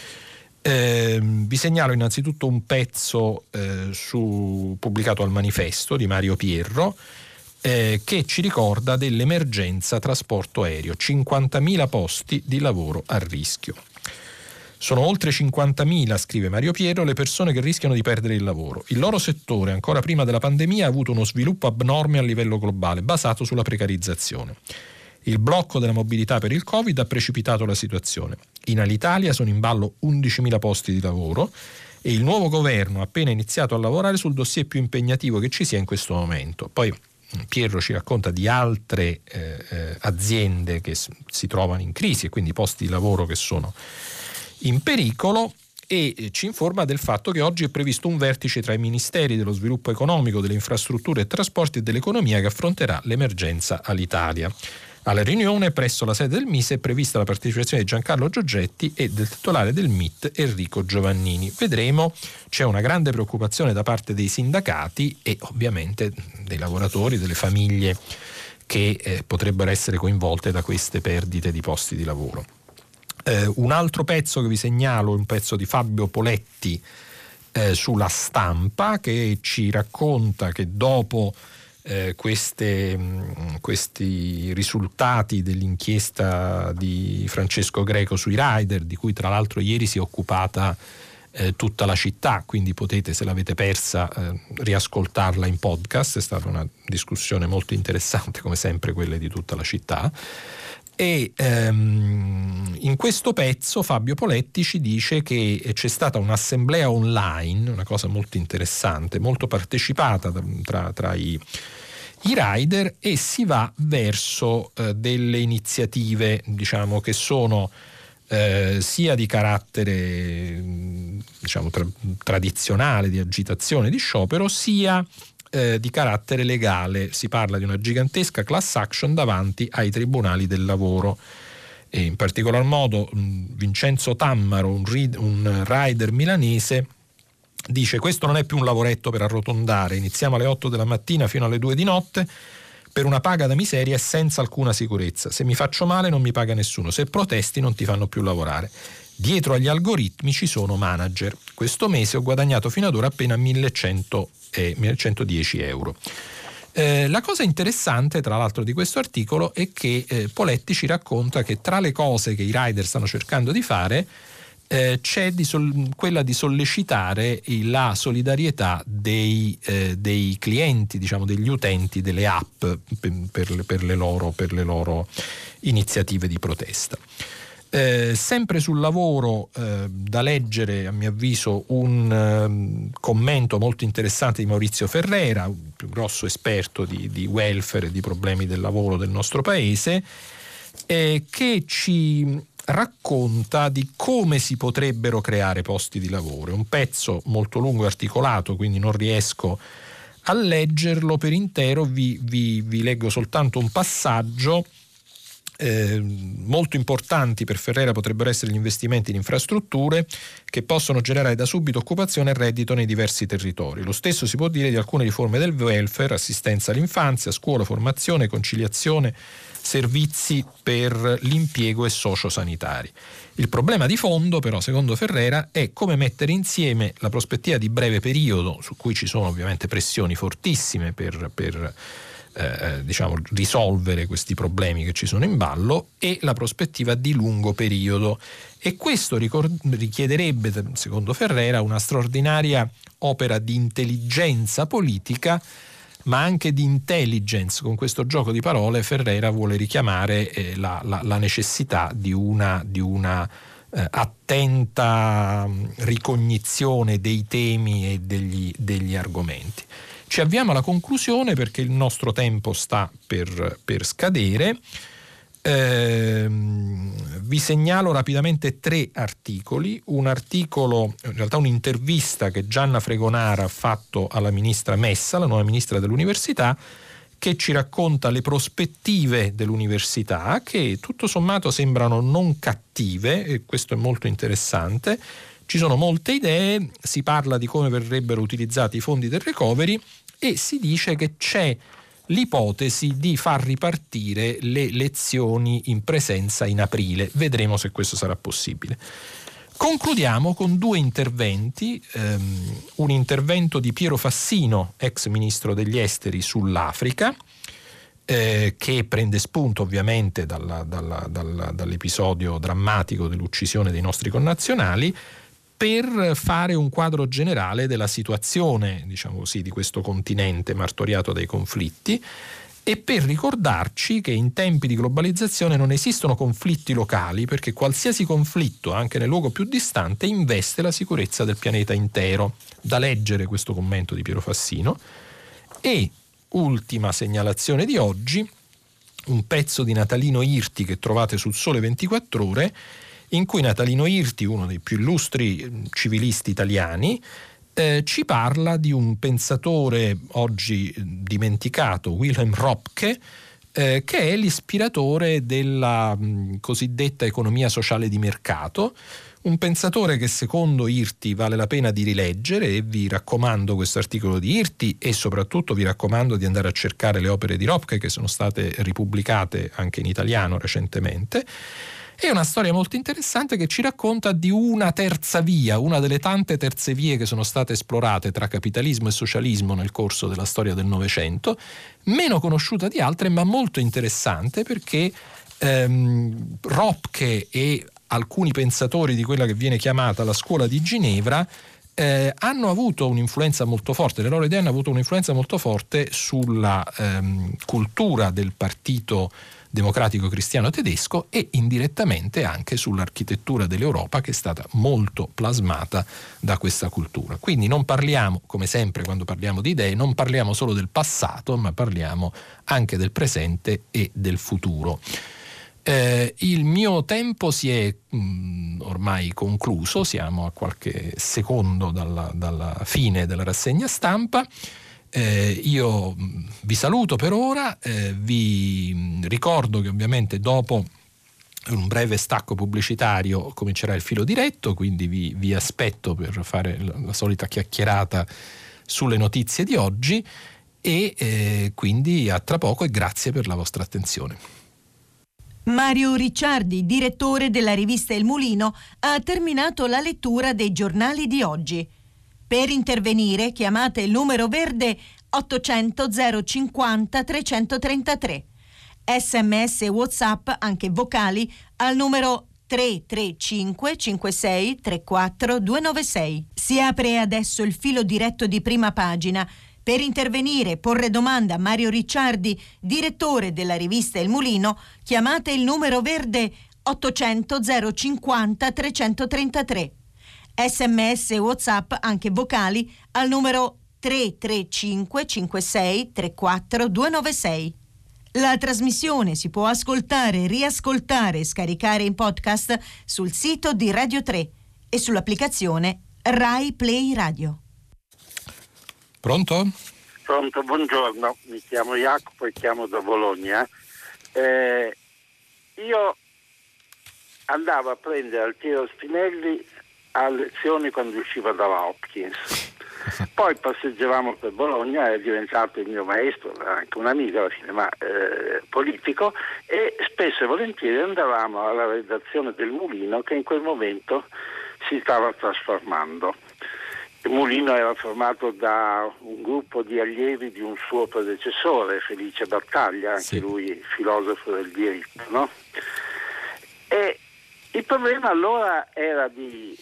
Vi segnalo innanzitutto un pezzo pubblicato al Manifesto di Mario Pierro, che ci ricorda dell'emergenza trasporto aereo, 50.000 posti di lavoro a rischio. Sono oltre 50.000, scrive Mario Pierro, le persone che rischiano di perdere il lavoro. Il loro settore, ancora prima della pandemia, ha avuto uno sviluppo abnorme a livello globale, basato sulla precarizzazione. Il blocco della mobilità per il Covid ha precipitato la situazione. In Alitalia sono in ballo 11.000 posti di lavoro e il nuovo governo ha appena iniziato a lavorare sul dossier più impegnativo che ci sia in questo momento. Poi Pierro ci racconta di altre aziende che si trovano in crisi e quindi posti di lavoro che sono in pericolo, e ci informa del fatto che oggi è previsto un vertice tra i ministeri dello sviluppo economico, delle infrastrutture e trasporti e dell'economia che affronterà l'emergenza all'Italia. Alla riunione presso la sede del Mise è prevista la partecipazione di Giancarlo Giorgetti e del titolare del MIT Enrico Giovannini. Vedremo, c'è una grande preoccupazione da parte dei sindacati e ovviamente dei lavoratori, delle famiglie che potrebbero essere coinvolte da queste perdite di posti di lavoro. Un altro pezzo che vi segnalo è un pezzo di Fabio Poletti sulla Stampa, che ci racconta che dopo questi risultati dell'inchiesta di Francesco Greco sui rider, di cui tra l'altro ieri si è occupata tutta la città, quindi potete, se l'avete persa, riascoltarla in podcast. È stata una discussione molto interessante, come sempre quelle di tutta la città. E in questo pezzo Fabio Poletti ci dice che c'è stata un'assemblea online, una cosa molto interessante, molto partecipata tra i rider, e si va verso delle iniziative, diciamo, che sono sia di carattere diciamo tradizionale, di agitazione, di sciopero, sia di carattere legale. Si parla di una gigantesca class action davanti ai tribunali del lavoro, e in particolar modo Vincenzo Tammaro, un rider milanese, dice: questo non è più un lavoretto per arrotondare, iniziamo alle 8 della mattina fino alle 2 di notte per una paga da miseria e senza alcuna sicurezza. Se mi faccio male non mi paga nessuno, se protesti non ti fanno più lavorare. Dietro agli algoritmi ci sono manager. Questo mese ho guadagnato fino ad ora appena 1.110 euro. La cosa interessante, tra l'altro, di questo articolo è che Poletti ci racconta che tra le cose che i rider stanno cercando di fare c'è quella di sollecitare la solidarietà dei clienti, diciamo degli utenti delle app per le loro iniziative di protesta. Sempre sul lavoro, da leggere a mio avviso un commento molto interessante di Maurizio Ferrera, il più grosso esperto di welfare e di problemi del lavoro del nostro paese, che ci racconta di come si potrebbero creare posti di lavoro. È un pezzo molto lungo e articolato, quindi non riesco a leggerlo per intero, vi leggo soltanto un passaggio. Molto importanti per Ferrera potrebbero essere gli investimenti in infrastrutture che possono generare da subito occupazione e reddito nei diversi territori. Lo stesso si può dire di alcune riforme del welfare, assistenza all'infanzia, scuola, formazione, conciliazione, servizi per l'impiego e sociosanitari. Il problema di fondo, però, secondo Ferrera, è come mettere insieme la prospettiva di breve periodo, su cui ci sono ovviamente pressioni fortissime per risolvere questi problemi che ci sono in ballo, e la prospettiva di lungo periodo. E questo richiederebbe, secondo Ferrera, una straordinaria opera di intelligenza politica, ma anche di intelligence. Con questo gioco di parole Ferrera vuole richiamare la necessità di una attenta ricognizione dei temi e degli argomenti. Ci avviamo alla conclusione perché il nostro tempo sta per scadere. Vi segnalo rapidamente 3 articoli. Un articolo, in realtà un'intervista che Gianna Fregonara ha fatto alla ministra Messa, la nuova ministra dell'università, che ci racconta le prospettive dell'università, che tutto sommato sembrano non cattive, e questo è molto interessante. Ci sono molte idee, si parla di come verrebbero utilizzati i fondi del recovery e si dice che c'è l'ipotesi di far ripartire le lezioni in presenza in aprile. Vedremo se questo sarà possibile. Concludiamo con 2 interventi, un intervento di Piero Fassino, ex ministro degli esteri, sull'Africa, che prende spunto ovviamente dall'episodio drammatico dell'uccisione dei nostri connazionali, per fare un quadro generale della situazione, diciamo così, di questo continente martoriato dai conflitti, e per ricordarci che in tempi di globalizzazione non esistono conflitti locali, perché qualsiasi conflitto, anche nel luogo più distante, investe la sicurezza del pianeta intero. Da leggere questo commento di Piero Fassino. E ultima segnalazione di oggi, un pezzo di Natalino Irti che trovate sul Sole 24 Ore, in cui Natalino Irti, uno dei più illustri civilisti italiani, ci parla di un pensatore oggi dimenticato, Wilhelm Röpke, che è l'ispiratore della cosiddetta economia sociale di mercato, un pensatore che secondo Irti vale la pena di rileggere, e vi raccomando questo articolo di Irti, e soprattutto vi raccomando di andare a cercare le opere di Röpke che sono state ripubblicate anche in italiano recentemente. È una storia molto interessante che ci racconta di una terza via, una delle tante terze vie che sono state esplorate tra capitalismo e socialismo nel corso della storia del Novecento, meno conosciuta di altre, ma molto interessante, perché Röpke e alcuni pensatori di quella che viene chiamata la scuola di Ginevra hanno avuto un'influenza molto forte, le loro idee hanno avuto un'influenza molto forte sulla cultura del partito democratico cristiano tedesco e indirettamente anche sull'architettura dell'Europa, che è stata molto plasmata da questa cultura. Quindi non parliamo, come sempre quando parliamo di idee, non parliamo solo del passato, ma parliamo anche del presente e del futuro. Il mio tempo si è ormai concluso, siamo a qualche secondo dalla fine della rassegna stampa. Io vi saluto per ora, vi ricordo che ovviamente dopo un breve stacco pubblicitario comincerà il filo diretto, quindi vi aspetto per fare la solita chiacchierata sulle notizie di oggi, e quindi a tra poco, e grazie per la vostra attenzione. Mario Ricciardi, direttore della rivista Il Mulino, ha terminato la lettura dei giornali di oggi. Per intervenire chiamate il numero verde 800 050 333. SMS e WhatsApp, anche vocali, al numero 335 56 34 296. Si apre adesso il filo diretto di Prima Pagina. Per intervenire e porre domanda a Mario Ricciardi, direttore della rivista Il Mulino, chiamate il numero verde 800 050 333. SMS e WhatsApp, anche vocali, al numero 335 56 34 296. La trasmissione si può ascoltare, riascoltare e scaricare in podcast sul sito di Radio 3 e sull'applicazione Rai Play Radio. Pronto? Pronto, buongiorno, mi chiamo Jacopo e chiamo da Bologna. io andavo a prendere Altiero Spinelli a lezioni quando usciva dalla Hopkins. Poi passeggiavamo per Bologna, è diventato il mio maestro, anche un amico alla fine, ma politico, e spesso e volentieri andavamo alla redazione del Mulino, che in quel momento si stava trasformando. Il Mulino era formato da un gruppo di allievi di un suo predecessore, Felice Battaglia, anche lui filosofo del diritto, no? E il problema allora era di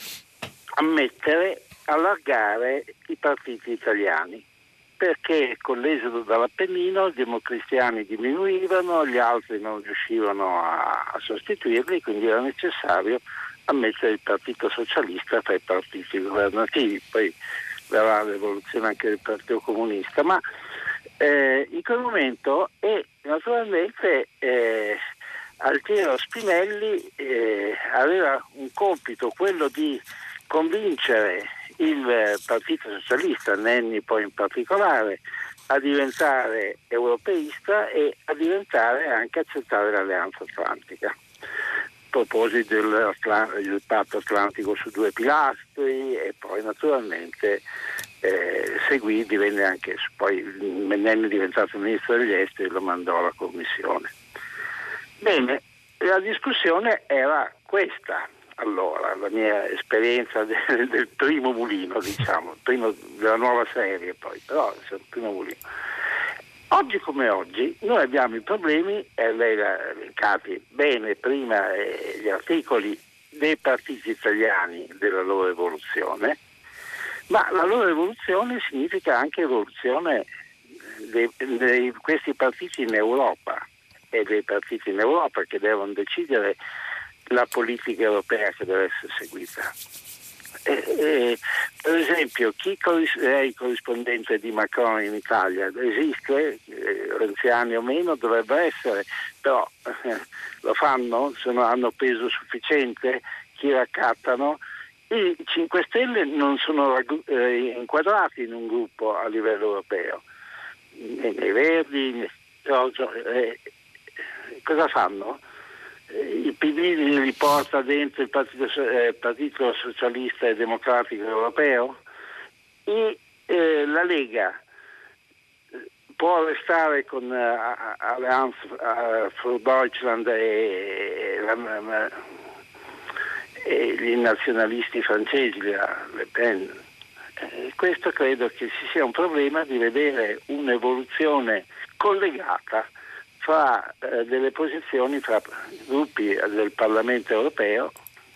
allargare i partiti italiani, perché con l'esodo dall'Appennino i democristiani diminuivano, gli altri non riuscivano a sostituirli, quindi era necessario ammettere il Partito Socialista tra i partiti governativi. Poi verrà l'evoluzione anche del Partito Comunista, ma in quel momento, e naturalmente Altiero Spinelli aveva un compito, quello di convincere il Partito Socialista, Nenni poi in particolare, a diventare europeista e a diventare anche accettare l'Alleanza Atlantica. Proposi del patto atlantico su 2 pilastri, e poi naturalmente seguì, divenne anche, poi Nenni è diventato ministro degli esteri e lo mandò alla commissione. Bene, la discussione era questa. Allora, la mia esperienza del primo Mulino, diciamo, primo della nuova serie poi, però il primo Mulino. Oggi come oggi noi abbiamo i problemi, lei l'ha elencati bene prima, gli articoli dei partiti italiani della loro evoluzione, ma la loro evoluzione significa anche evoluzione di questi partiti in Europa, e dei partiti in Europa che devono decidere la politica europea che deve essere seguita. Per esempio, chi è il corrispondente di Macron in Italia? Esiste? Renziani o meno? Dovrebbe essere, però lo fanno? Hanno peso sufficiente? Chi raccattano? I 5 Stelle non sono inquadrati in un gruppo a livello europeo. Nei Verdi, cosa fanno? Il PD li porta dentro il Partito Socialista e Democratico Europeo, e la Lega può restare con Allianz für Deutschland e gli nazionalisti francesi, Le Pen. Questo credo che ci sia un problema di vedere un'evoluzione collegata fra delle posizioni fra gruppi del Parlamento europeo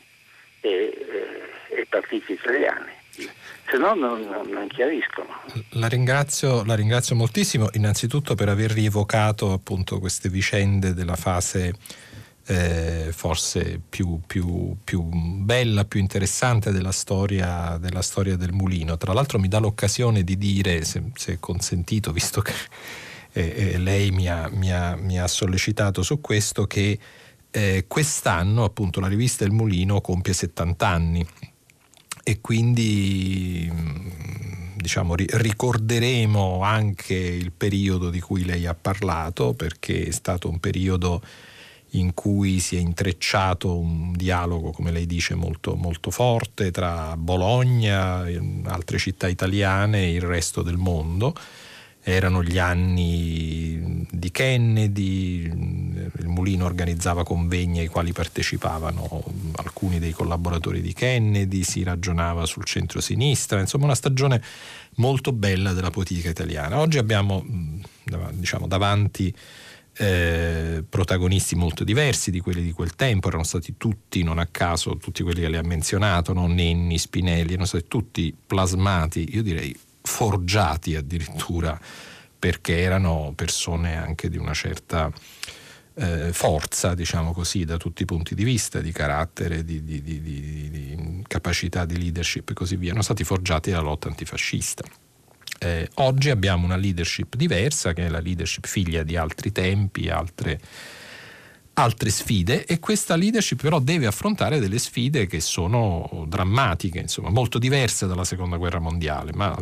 e partiti italiani, se no non chiariscono. La ringrazio moltissimo, innanzitutto per aver rievocato appunto queste vicende della fase forse più bella, più interessante della storia del Mulino. Tra l'altro mi dà l'occasione di dire, se è consentito, visto che lei mi ha sollecitato su questo, che quest'anno appunto la rivista Il Mulino compie 70 anni, e quindi diciamo ricorderemo anche il periodo di cui lei ha parlato, perché è stato un periodo in cui si è intrecciato un dialogo, come lei dice, molto, molto forte tra Bologna, altre città italiane e il resto del mondo. Erano gli anni di Kennedy, il Mulino organizzava convegni ai quali partecipavano alcuni dei collaboratori di Kennedy, si ragionava sul centro-sinistra, insomma una stagione molto bella della politica italiana. Oggi abbiamo davanti protagonisti molto diversi di quelli di quel tempo, erano stati tutti, non a caso, tutti quelli che lei ha menzionato, no? Nenni, Spinelli, erano stati tutti plasmati, io direi forgiati addirittura, perché erano persone anche di una certa forza, diciamo così, da tutti i punti di vista, di carattere, di capacità di leadership e così via, erano stati forgiati dalla lotta antifascista. Oggi abbiamo una leadership diversa, che è la leadership figlia di altri tempi, altre sfide, e questa leadership però deve affrontare delle sfide che sono drammatiche, insomma molto diverse dalla seconda guerra mondiale, ma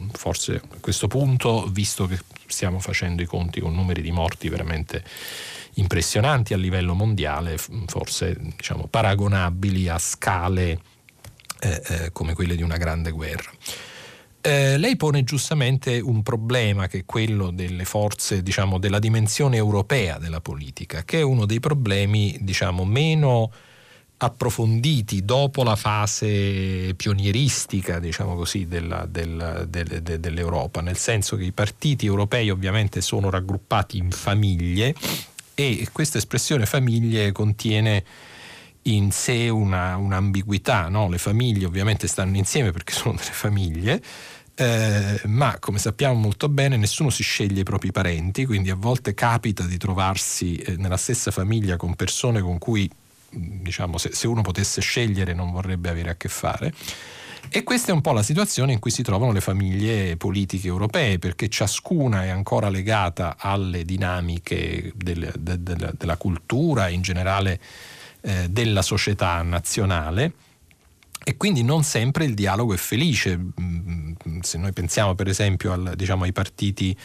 forse a questo punto, visto che stiamo facendo i conti con numeri di morti veramente impressionanti a livello mondiale, forse diciamo paragonabili a scale come quelle di una grande guerra. Lei pone giustamente un problema, che è quello delle forze, diciamo, della dimensione europea della politica, che è uno dei problemi, diciamo, meno approfonditi dopo la fase pionieristica, diciamo così, dell'Europa, nel senso che i partiti europei ovviamente sono raggruppati in famiglie, e questa espressione famiglie contiene in sé un'ambiguità, no? Le famiglie ovviamente stanno insieme perché sono delle famiglie, ma come sappiamo molto bene nessuno si sceglie i propri parenti, quindi a volte capita di trovarsi nella stessa famiglia con persone con cui, diciamo, se uno potesse scegliere non vorrebbe avere a che fare. E questa è un po' la situazione in cui si trovano le famiglie politiche europee, perché ciascuna è ancora legata alle dinamiche della cultura e in generale della società nazionale, e quindi non sempre il dialogo è felice. Se noi pensiamo per esempio ai partiti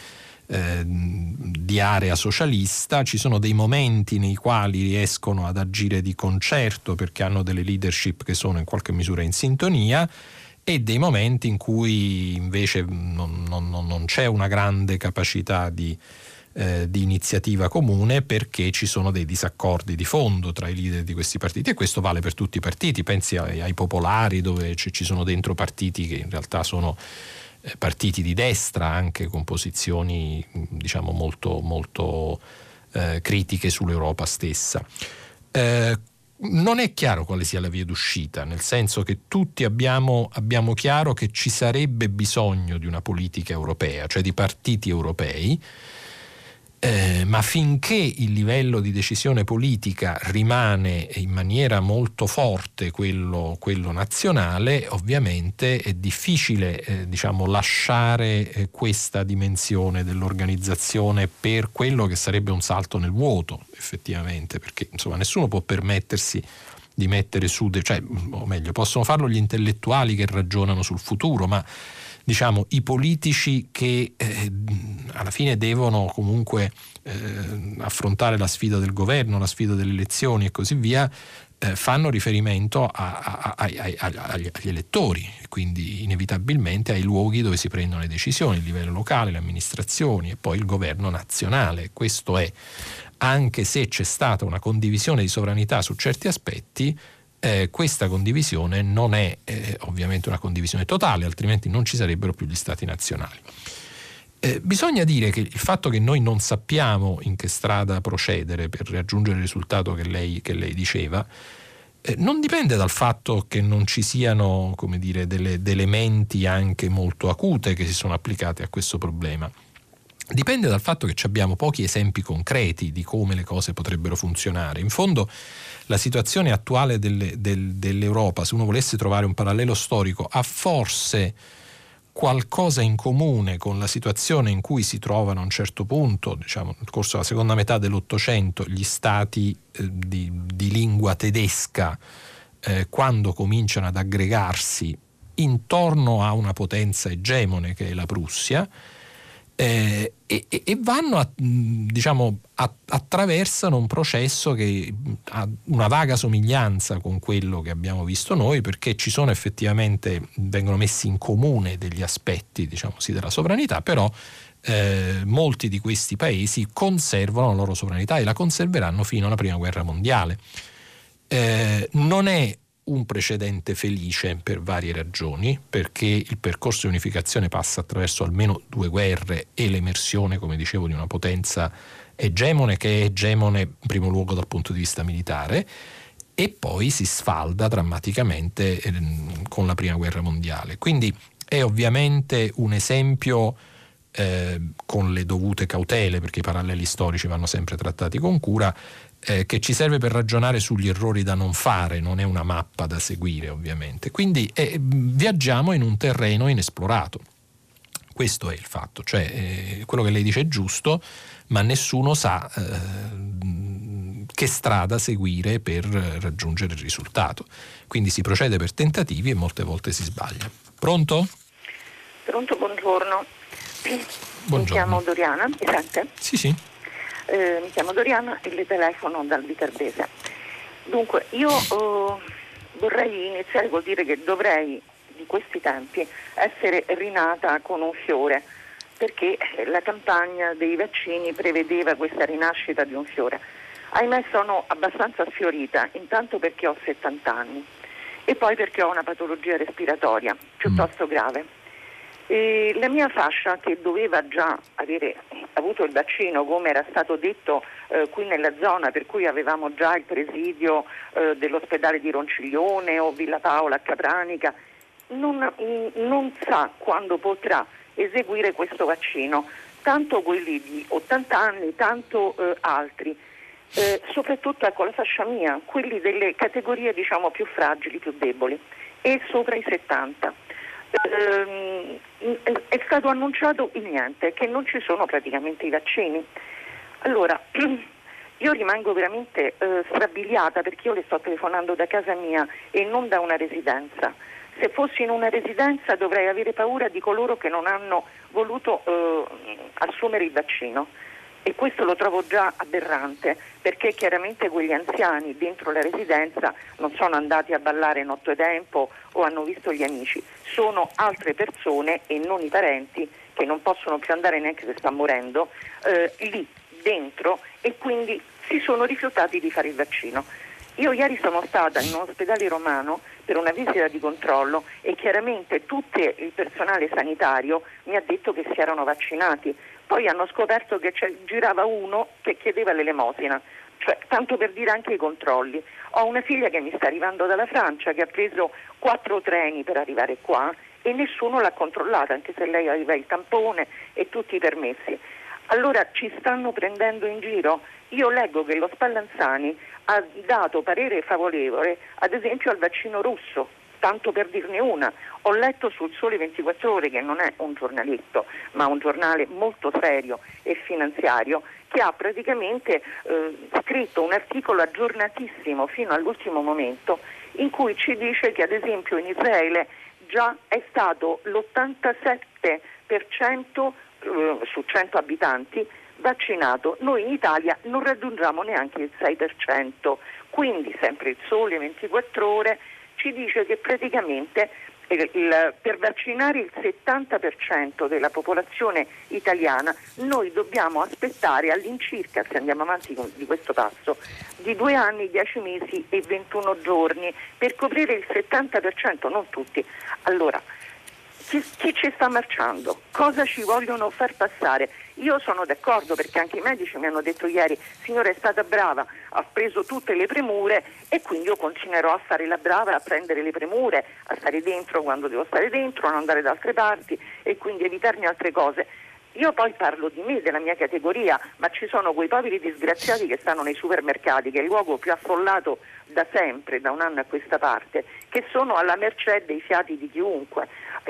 di area socialista, ci sono dei momenti nei quali riescono ad agire di concerto perché hanno delle leadership che sono in qualche misura in sintonia, e dei momenti in cui invece non c'è una grande capacità di iniziativa comune, perché ci sono dei disaccordi di fondo tra i leader di questi partiti, e questo vale per tutti i partiti. Pensi ai popolari, dove ci sono dentro partiti che in realtà sono partiti di destra, anche con posizioni, diciamo, molto, molto critiche sull'Europa stessa. Non è chiaro quale sia la via d'uscita, nel senso che tutti abbiamo chiaro che ci sarebbe bisogno di una politica europea, cioè di partiti europei, ma finché il livello di decisione politica rimane in maniera molto forte quello nazionale, ovviamente è difficile diciamo lasciare questa dimensione dell'organizzazione per quello che sarebbe un salto nel vuoto, effettivamente, perché insomma nessuno può permettersi di mettere su, o meglio, possono farlo gli intellettuali che ragionano sul futuro, ma diciamo i politici che alla fine devono comunque affrontare la sfida del governo, la sfida delle elezioni e così via, fanno riferimento agli elettori, quindi inevitabilmente ai luoghi dove si prendono le decisioni, il livello locale, le amministrazioni e poi il governo nazionale. Questo è, anche se c'è stata una condivisione di sovranità su certi aspetti, questa condivisione non è ovviamente una condivisione totale, altrimenti non ci sarebbero più gli stati nazionali. Bisogna dire che il fatto che noi non sappiamo in che strada procedere per raggiungere il risultato che lei diceva non dipende dal fatto che non ci siano, come dire, delle menti anche molto acute che si sono applicate a questo problema. Dipende dal fatto che abbiamo pochi esempi concreti di come le cose potrebbero funzionare. In fondo la situazione attuale dell'Europa, se uno volesse trovare un parallelo storico, ha forse qualcosa in comune con la situazione in cui si trovano a un certo punto, diciamo nel corso della seconda metà dell'Ottocento, gli stati di lingua tedesca, quando cominciano ad aggregarsi intorno a una potenza egemone che è la Prussia, e vanno attraversano un processo che ha una vaga somiglianza con quello che abbiamo visto noi, perché ci sono effettivamente, vengono messi in comune degli aspetti, diciamo sì, della sovranità, però molti di questi paesi conservano la loro sovranità e la conserveranno fino alla prima guerra mondiale. Non è un precedente felice per varie ragioni, perché il percorso di unificazione passa attraverso almeno 2 guerre e l'emersione, come dicevo, di una potenza egemone, che è egemone in primo luogo dal punto di vista militare, e poi si sfalda drammaticamente con la prima guerra mondiale. Quindi è ovviamente un esempio con le dovute cautele, perché i paralleli storici vanno sempre trattati con cura, che ci serve per ragionare sugli errori da non fare, non è una mappa da seguire ovviamente. Quindi viaggiamo in un terreno inesplorato. Questo è il fatto, cioè quello che lei dice è giusto, ma nessuno sa che strada seguire per raggiungere il risultato. Quindi si procede per tentativi e molte volte si sbaglia. Pronto? Pronto, buongiorno. Buongiorno. Mi chiamo Doriana, mi sente? Sì. Mi chiamo Doriana e le telefono dal Viterbese. Dunque, io vorrei iniziare col dire che dovrei, di questi tempi, essere rinata con un fiore, perché la campagna dei vaccini prevedeva questa rinascita di un fiore. Ahimè, sono abbastanza sfiorita, intanto perché ho 70 anni e poi perché ho una patologia respiratoria piuttosto grave. E la mia fascia, che doveva già avere avuto il vaccino, come era stato detto qui nella zona, per cui avevamo già il presidio dell'ospedale di Ronciglione o Villa Paola a Capranica, non sa quando potrà eseguire questo vaccino, tanto quelli di 80 anni, tanto altri. Soprattutto ecco la fascia mia, quelli delle categorie diciamo più fragili, più deboli, e sopra i 70. È stato annunciato il niente, che non ci sono praticamente i vaccini. Allora io rimango veramente strabiliata, perché io le sto telefonando da casa mia e non da una residenza. Se fossi in una residenza dovrei avere paura di coloro che non hanno voluto assumere il vaccino, e questo lo trovo già aberrante, perché chiaramente quegli anziani dentro la residenza non sono andati a ballare nottetempo o hanno visto gli amici, sono altre persone e non i parenti, che non possono più andare neanche se sta morendo lì dentro, e quindi si sono rifiutati di fare il vaccino. Io ieri sono stata in un ospedale romano per una visita di controllo e chiaramente tutto il personale sanitario mi ha detto che si erano vaccinati. Poi hanno scoperto che girava uno che chiedeva l'elemosina, cioè tanto per dire anche i controlli. Ho una figlia che mi sta arrivando dalla Francia, che ha preso 4 treni per arrivare qua e nessuno l'ha controllata, anche se lei aveva il tampone e tutti i permessi. Allora ci stanno prendendo in giro? Io leggo che lo Spallanzani ha dato parere favorevole ad esempio al vaccino russo, tanto per dirne una. Ho letto sul Sole 24 Ore, che non è un giornaletto ma un giornale molto serio e finanziario, che ha praticamente scritto un articolo aggiornatissimo fino all'ultimo momento, in cui ci dice che ad esempio in Israele già è stato l'87% su 100 abitanti vaccinato. Noi in Italia non raggiungiamo neanche il 6%, quindi sempre il Sole 24 Ore ci dice che praticamente per vaccinare il 70% della popolazione italiana noi dobbiamo aspettare all'incirca, se andiamo avanti di questo passo, di 2 anni, 10 mesi e 21 giorni per coprire il 70%, non tutti. Allora, chi ci sta marciando? Cosa ci vogliono far passare? Io sono d'accordo, perché anche i medici mi hanno detto ieri: signora, è stata brava, ha preso tutte le premure, e quindi io continuerò a fare la brava, a prendere le premure, a stare dentro quando devo stare dentro, a non andare da altre parti e quindi evitarmi altre cose. Io poi parlo di me, della mia categoria, ma ci sono quei poveri disgraziati che stanno nei supermercati, che è il luogo più affollato da sempre, da un anno a questa parte, che sono alla mercé dei fiati di chiunque.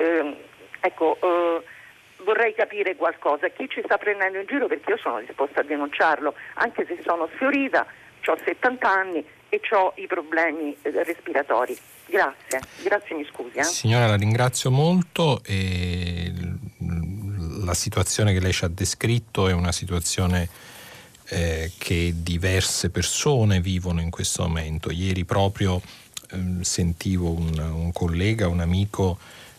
Vorrei capire qualcosa, chi ci sta prendendo in giro, perché io sono disposta a denunciarlo, anche se sono sfiorita, ho 70 anni e ho i problemi respiratori. Grazie, mi scusi. Signora, la ringrazio molto. La situazione che lei ci ha descritto è una situazione che diverse persone vivono in questo momento. Ieri proprio sentivo un collega, un amico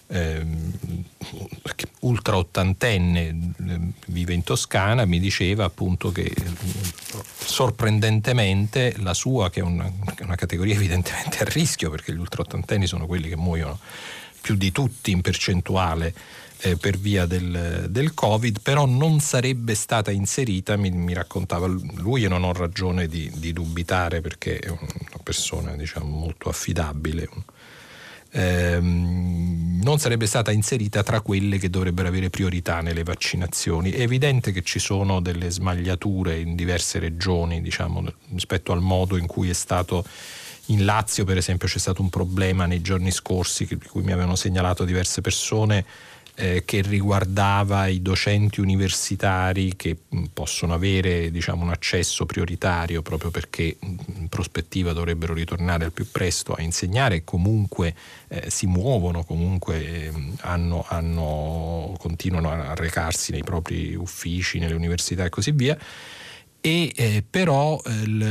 ultra ottantenne, vive in Toscana, mi diceva appunto che sorprendentemente la sua, che è una categoria evidentemente a rischio, perché gli ultra ottantenni sono quelli che muoiono più di tutti in percentuale per via del Covid, però non sarebbe stata inserita, mi raccontava lui, e non ho ragione di dubitare perché è una persona diciamo molto affidabile, non sarebbe stata inserita tra quelle che dovrebbero avere priorità nelle vaccinazioni. È evidente che ci sono delle smagliature in diverse regioni, diciamo, rispetto al modo in cui è stato. In Lazio, per esempio, c'è stato un problema nei giorni scorsi, di cui mi avevano segnalato diverse persone, che riguardava i docenti universitari che possono avere diciamo un accesso prioritario proprio perché in prospettiva dovrebbero ritornare al più presto a insegnare e comunque si muovono, comunque continuano a recarsi nei propri uffici, nelle università e così via. però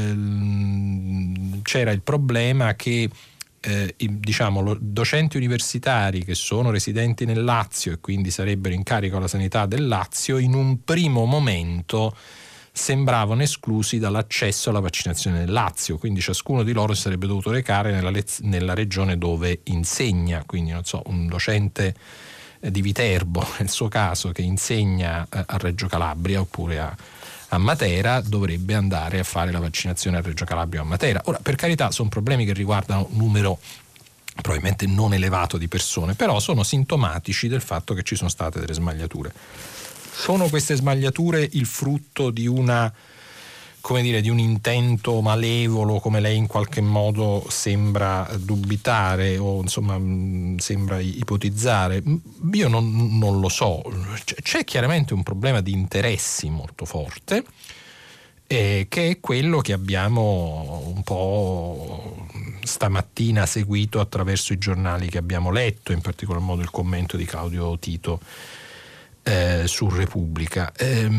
c'era il problema che docenti universitari che sono residenti nel Lazio e quindi sarebbero in carico alla sanità del Lazio, in un primo momento sembravano esclusi dall'accesso alla vaccinazione del Lazio, quindi ciascuno di loro si sarebbe dovuto recare nella regione dove insegna, quindi non so, un docente di Viterbo nel suo caso che insegna a Reggio Calabria oppure a Matera dovrebbe andare a fare la vaccinazione a Reggio Calabria o a Matera. Ora, per carità, sono problemi che riguardano un numero probabilmente non elevato di persone, però sono sintomatici del fatto che ci sono state delle smagliature. Sono queste smagliature il frutto di di un intento malevolo, come lei in qualche modo sembra dubitare o insomma sembra ipotizzare? Io non lo so. C'è chiaramente un problema di interessi molto forte, che è quello che abbiamo un po' stamattina seguito attraverso i giornali che abbiamo letto, in particolar modo il commento di Claudio Tito su Repubblica.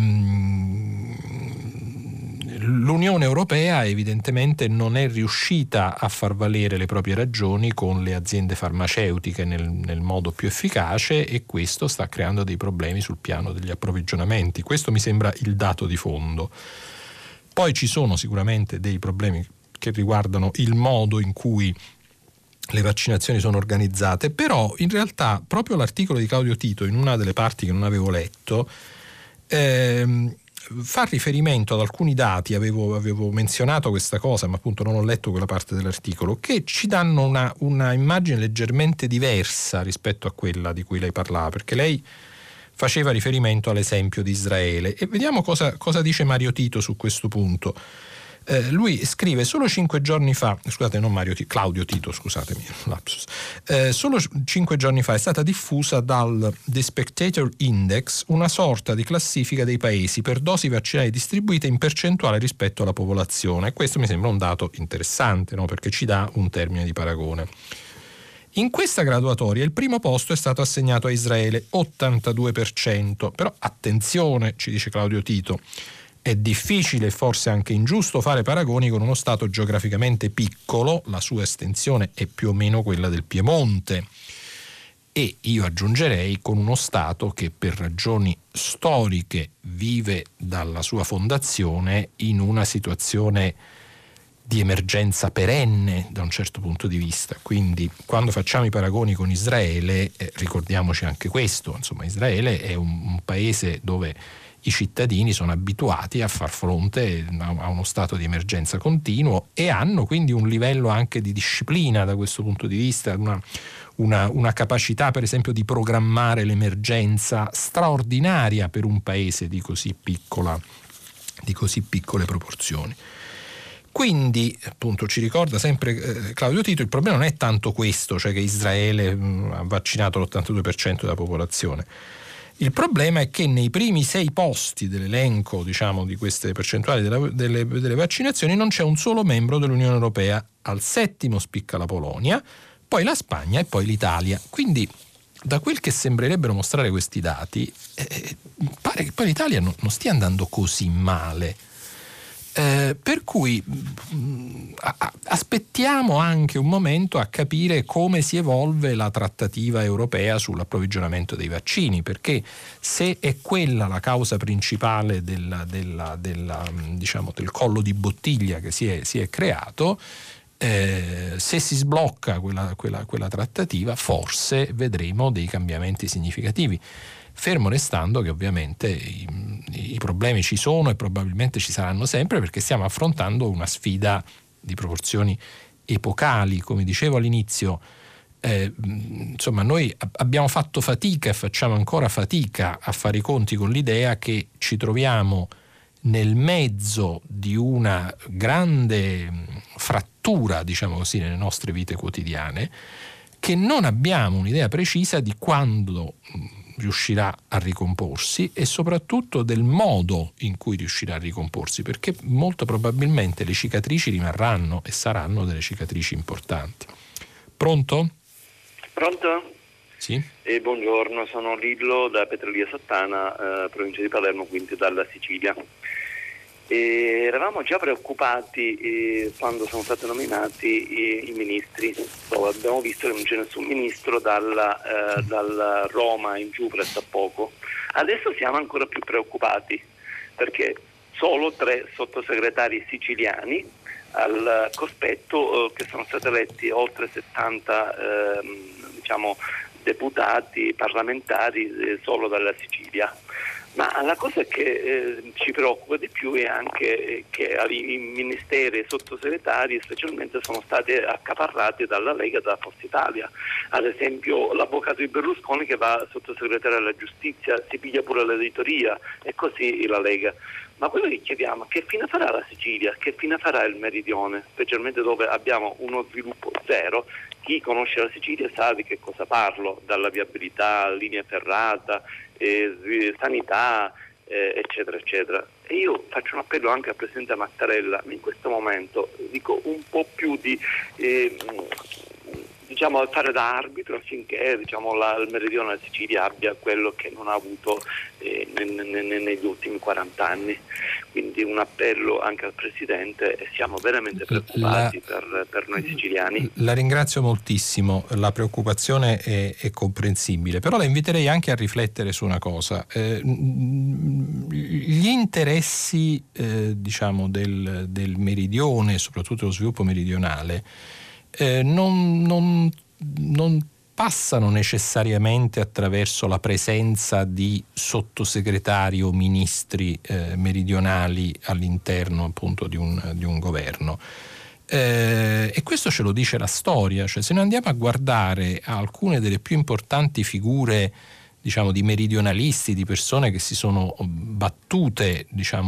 L'Unione Europea evidentemente non è riuscita a far valere le proprie ragioni con le aziende farmaceutiche nel modo più efficace, e questo sta creando dei problemi sul piano degli approvvigionamenti. Questo mi sembra il dato di fondo. Poi ci sono sicuramente dei problemi che riguardano il modo in cui le vaccinazioni sono organizzate, però in realtà proprio l'articolo di Claudio Tito, in una delle parti che non avevo letto, fa riferimento ad alcuni dati. Avevo menzionato questa cosa, ma appunto non ho letto quella parte dell'articolo, che ci danno una immagine leggermente diversa rispetto a quella di cui lei parlava, perché lei faceva riferimento all'esempio di Israele, e vediamo cosa dice Mario Tito su questo punto. Lui scrive: solo 5 giorni fa, Claudio Tito, scusatemi, lapsus. Solo 5 giorni fa è stata diffusa dal The Spectator Index una sorta di classifica dei paesi per dosi vaccinali distribuite in percentuale rispetto alla popolazione. E questo mi sembra un dato interessante, no? Perché ci dà un termine di paragone. In questa graduatoria il primo posto è stato assegnato a Israele, 82%. Però attenzione, ci dice Claudio Tito, è difficile e forse anche ingiusto fare paragoni con uno stato geograficamente piccolo, la sua estensione è più o meno quella del Piemonte, e io aggiungerei con uno stato che per ragioni storiche vive dalla sua fondazione in una situazione di emergenza perenne da un certo punto di vista. Quindi quando facciamo i paragoni con Israele, ricordiamoci anche questo, insomma Israele è un paese dove i cittadini sono abituati a far fronte a uno stato di emergenza continuo e hanno quindi un livello anche di disciplina da questo punto di vista, una capacità per esempio di programmare l'emergenza straordinaria per un paese di così piccole proporzioni. Quindi appunto ci ricorda sempre Claudio Tito, il problema non è tanto questo, cioè che Israele ha vaccinato l'82% della popolazione. Il problema è che nei primi 6 posti dell'elenco, diciamo, di queste percentuali delle vaccinazioni non c'è un solo membro dell'Unione Europea. Al 7° spicca la Polonia, poi la Spagna e poi l'Italia. Quindi, da quel che sembrerebbero mostrare questi dati, pare che poi l'Italia non stia andando così male. Per cui aspettiamo anche un momento a capire come si evolve la trattativa europea sull'approvvigionamento dei vaccini, perché se è quella la causa principale del collo di bottiglia che si è creato, se si sblocca quella trattativa forse vedremo dei cambiamenti significativi. Fermo restando che ovviamente i problemi ci sono e probabilmente ci saranno sempre, perché stiamo affrontando una sfida di proporzioni epocali. Come dicevo all'inizio, insomma noi abbiamo fatto fatica e facciamo ancora fatica a fare i conti con l'idea che ci troviamo nel mezzo di una grande frattura, diciamo così, nelle nostre vite quotidiane, che non abbiamo un'idea precisa di quando riuscirà a ricomporsi e soprattutto del modo in cui riuscirà a ricomporsi, perché molto probabilmente le cicatrici rimarranno e saranno delle cicatrici importanti. Pronto? Pronto? Sì. Buongiorno, sono Lillo da Petrolia Sottana, provincia di Palermo, quindi dalla Sicilia. Eravamo già preoccupati quando sono stati nominati i ministri. Abbiamo visto che non c'è nessun ministro dalla Roma in giù presso a poco. Adesso siamo ancora più preoccupati perché solo 3 sottosegretari siciliani al cospetto che sono stati eletti oltre 70 deputati parlamentari solo dalla Sicilia. Ma la cosa che ci preoccupa di più è anche che i ministeri e i sottosegretari specialmente sono stati accaparrati dalla Lega e dalla Forza Italia. Ad esempio l'avvocato di Berlusconi che va sottosegretario alla giustizia si piglia pure l'editoria e così la Lega. Ma quello che chiediamo è che fine farà la Sicilia, che fine farà il Meridione, specialmente dove abbiamo uno sviluppo zero. Chi conosce la Sicilia sa di che cosa parlo, dalla viabilità, linea ferrata, sanità, eccetera, eccetera. E io faccio un appello anche al Presidente Mattarella, in questo momento dico un po' più di fare da arbitro affinché il Meridione della Sicilia abbia quello che non ha avuto negli ultimi 40 anni. Quindi un appello anche al Presidente e siamo veramente preoccupati per noi siciliani. La ringrazio moltissimo, la preoccupazione è comprensibile, però la inviterei anche a riflettere su una cosa. Gli interessi del Meridione, soprattutto lo sviluppo meridionale, non passano necessariamente attraverso la presenza di sottosegretari o ministri meridionali all'interno appunto di un governo. E questo ce lo dice la storia, cioè se noi andiamo a guardare alcune delle più importanti figure di meridionalisti, di persone che si sono battute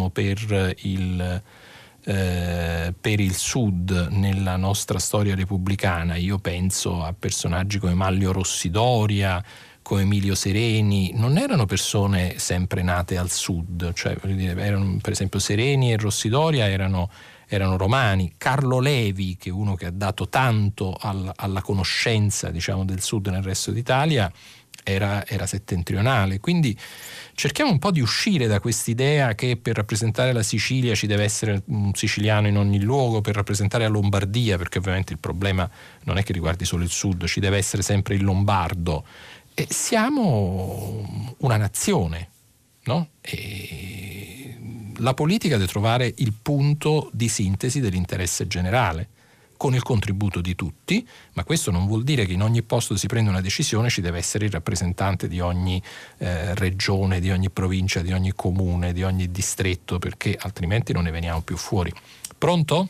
per il Sud nella nostra storia repubblicana, io penso a personaggi come Manlio Rossidoria, come Emilio Sereni. Non erano persone sempre nate al Sud, cioè erano, per esempio Sereni e Rossidoria erano romani. Carlo Levi, che è uno che ha dato tanto alla conoscenza del Sud nel resto d'Italia, era settentrionale. Quindi cerchiamo un po' di uscire da quest'idea che per rappresentare la Sicilia ci deve essere un siciliano in ogni luogo, per rappresentare la Lombardia, perché ovviamente il problema non è che riguardi solo il Sud, ci deve essere sempre il lombardo. E siamo una nazione, no? E la politica deve trovare il punto di sintesi dell'interesse generale, con il contributo di tutti, ma questo non vuol dire che in ogni posto si prende una decisione ci deve essere il rappresentante di ogni regione, di ogni provincia, di ogni comune, di ogni distretto, perché altrimenti non ne veniamo più fuori. Pronto?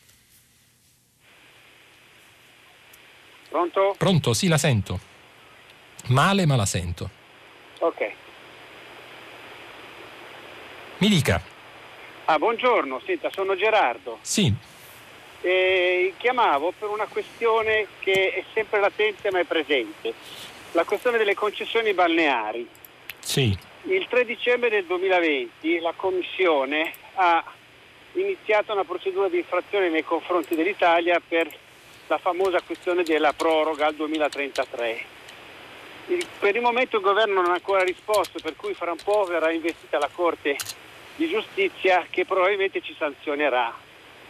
Pronto? Pronto, sì, la sento. Male, ma la sento. Ok. Mi dica. Buongiorno, senta, sono Gerardo. Sì. Chiamavo per una questione che è sempre latente ma è presente, la questione delle concessioni balneari. Sì. Il 3 dicembre del 2020 la Commissione ha iniziato una procedura di infrazione nei confronti dell'Italia per la famosa questione della proroga al 2033. Per il momento il governo non ha ancora risposto, per cui fra un po' verrà investita la Corte di Giustizia che probabilmente ci sanzionerà.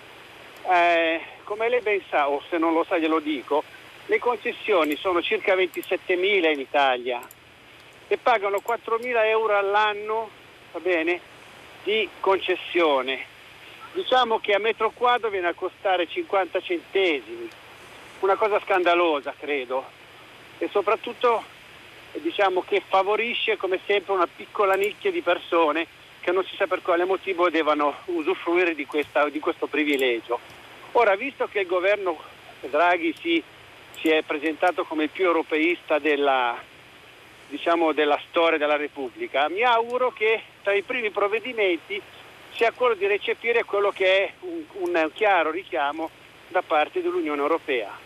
Come lei ben sa, o se non lo sa glielo dico, le concessioni sono circa 27.000 in Italia e pagano 4.000 euro all'anno, va bene, di concessione. Diciamo che a metro quadro viene a costare 50 centesimi, una cosa scandalosa credo, e soprattutto diciamo che favorisce come sempre una piccola nicchia di persone che non si sa per quale motivo devono usufruire di questo privilegio. Ora, visto che il governo Draghi si è presentato come il più europeista della storia della Repubblica, mi auguro che tra i primi provvedimenti sia quello di recepire quello che è un chiaro richiamo da parte dell'Unione Europea.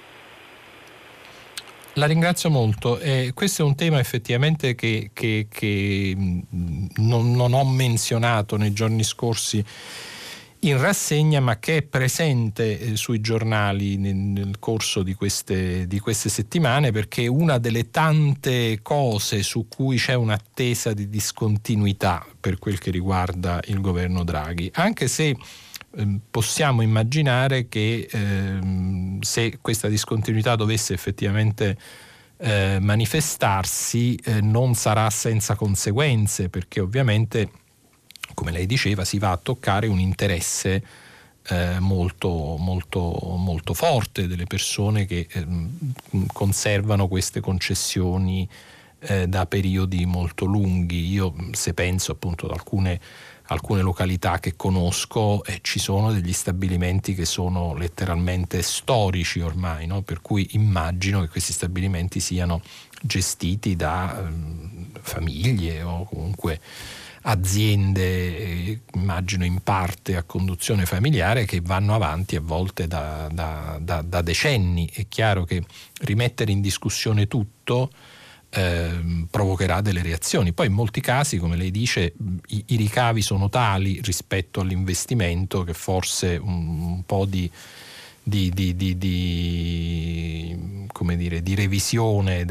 La ringrazio molto. Questo è un tema effettivamente che non ho menzionato nei giorni scorsi in rassegna, ma che è presente sui giornali nel corso di queste settimane, perché è una delle tante cose su cui c'è un'attesa di discontinuità per quel che riguarda il governo Draghi, anche se possiamo immaginare che se questa discontinuità dovesse effettivamente manifestarsi, non sarà senza conseguenze, perché ovviamente, come lei diceva, si va a toccare un interesse molto, molto, molto forte delle persone che conservano queste concessioni da periodi molto lunghi. Io, se penso appunto ad alcune località che conosco, ci sono degli stabilimenti che sono letteralmente storici ormai, no? Per cui immagino che questi stabilimenti siano gestiti da famiglie o comunque aziende, immagino in parte a conduzione familiare, che vanno avanti a volte da decenni. È chiaro che rimettere in discussione tutto provocherà delle reazioni. Poi in molti casi, come lei dice, i ricavi sono tali rispetto all'investimento che forse un po' di come dire, di revisione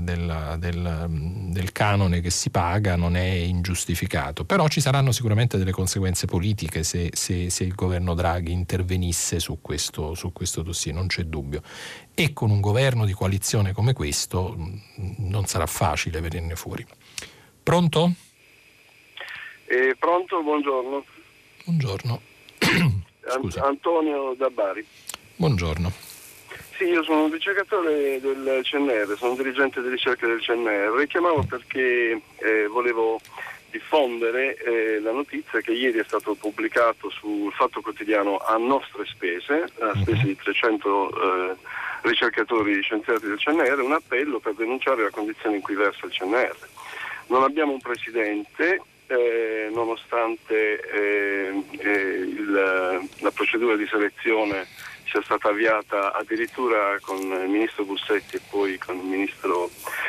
del canone che si paga non è ingiustificato. Però ci saranno sicuramente delle conseguenze politiche se il governo Draghi intervenisse su questo dossier, non c'è dubbio. E con un governo di coalizione come questo non sarà facile venirne fuori. Pronto? Pronto, buongiorno. Buongiorno. Scusa. Antonio da Bari. Buongiorno. Sì, io sono un ricercatore del CNR, sono un dirigente di ricerca del CNR. Chiamavo perché volevo diffondere la notizia che ieri è stato pubblicato sul Fatto Quotidiano a nostre spese, a spese di 300 ricercatori scienziati del CNR, un appello per denunciare la condizione in cui versa il CNR. Non abbiamo un presidente, nonostante la procedura di selezione sia stata avviata addirittura con il ministro Bussetti e poi con il ministro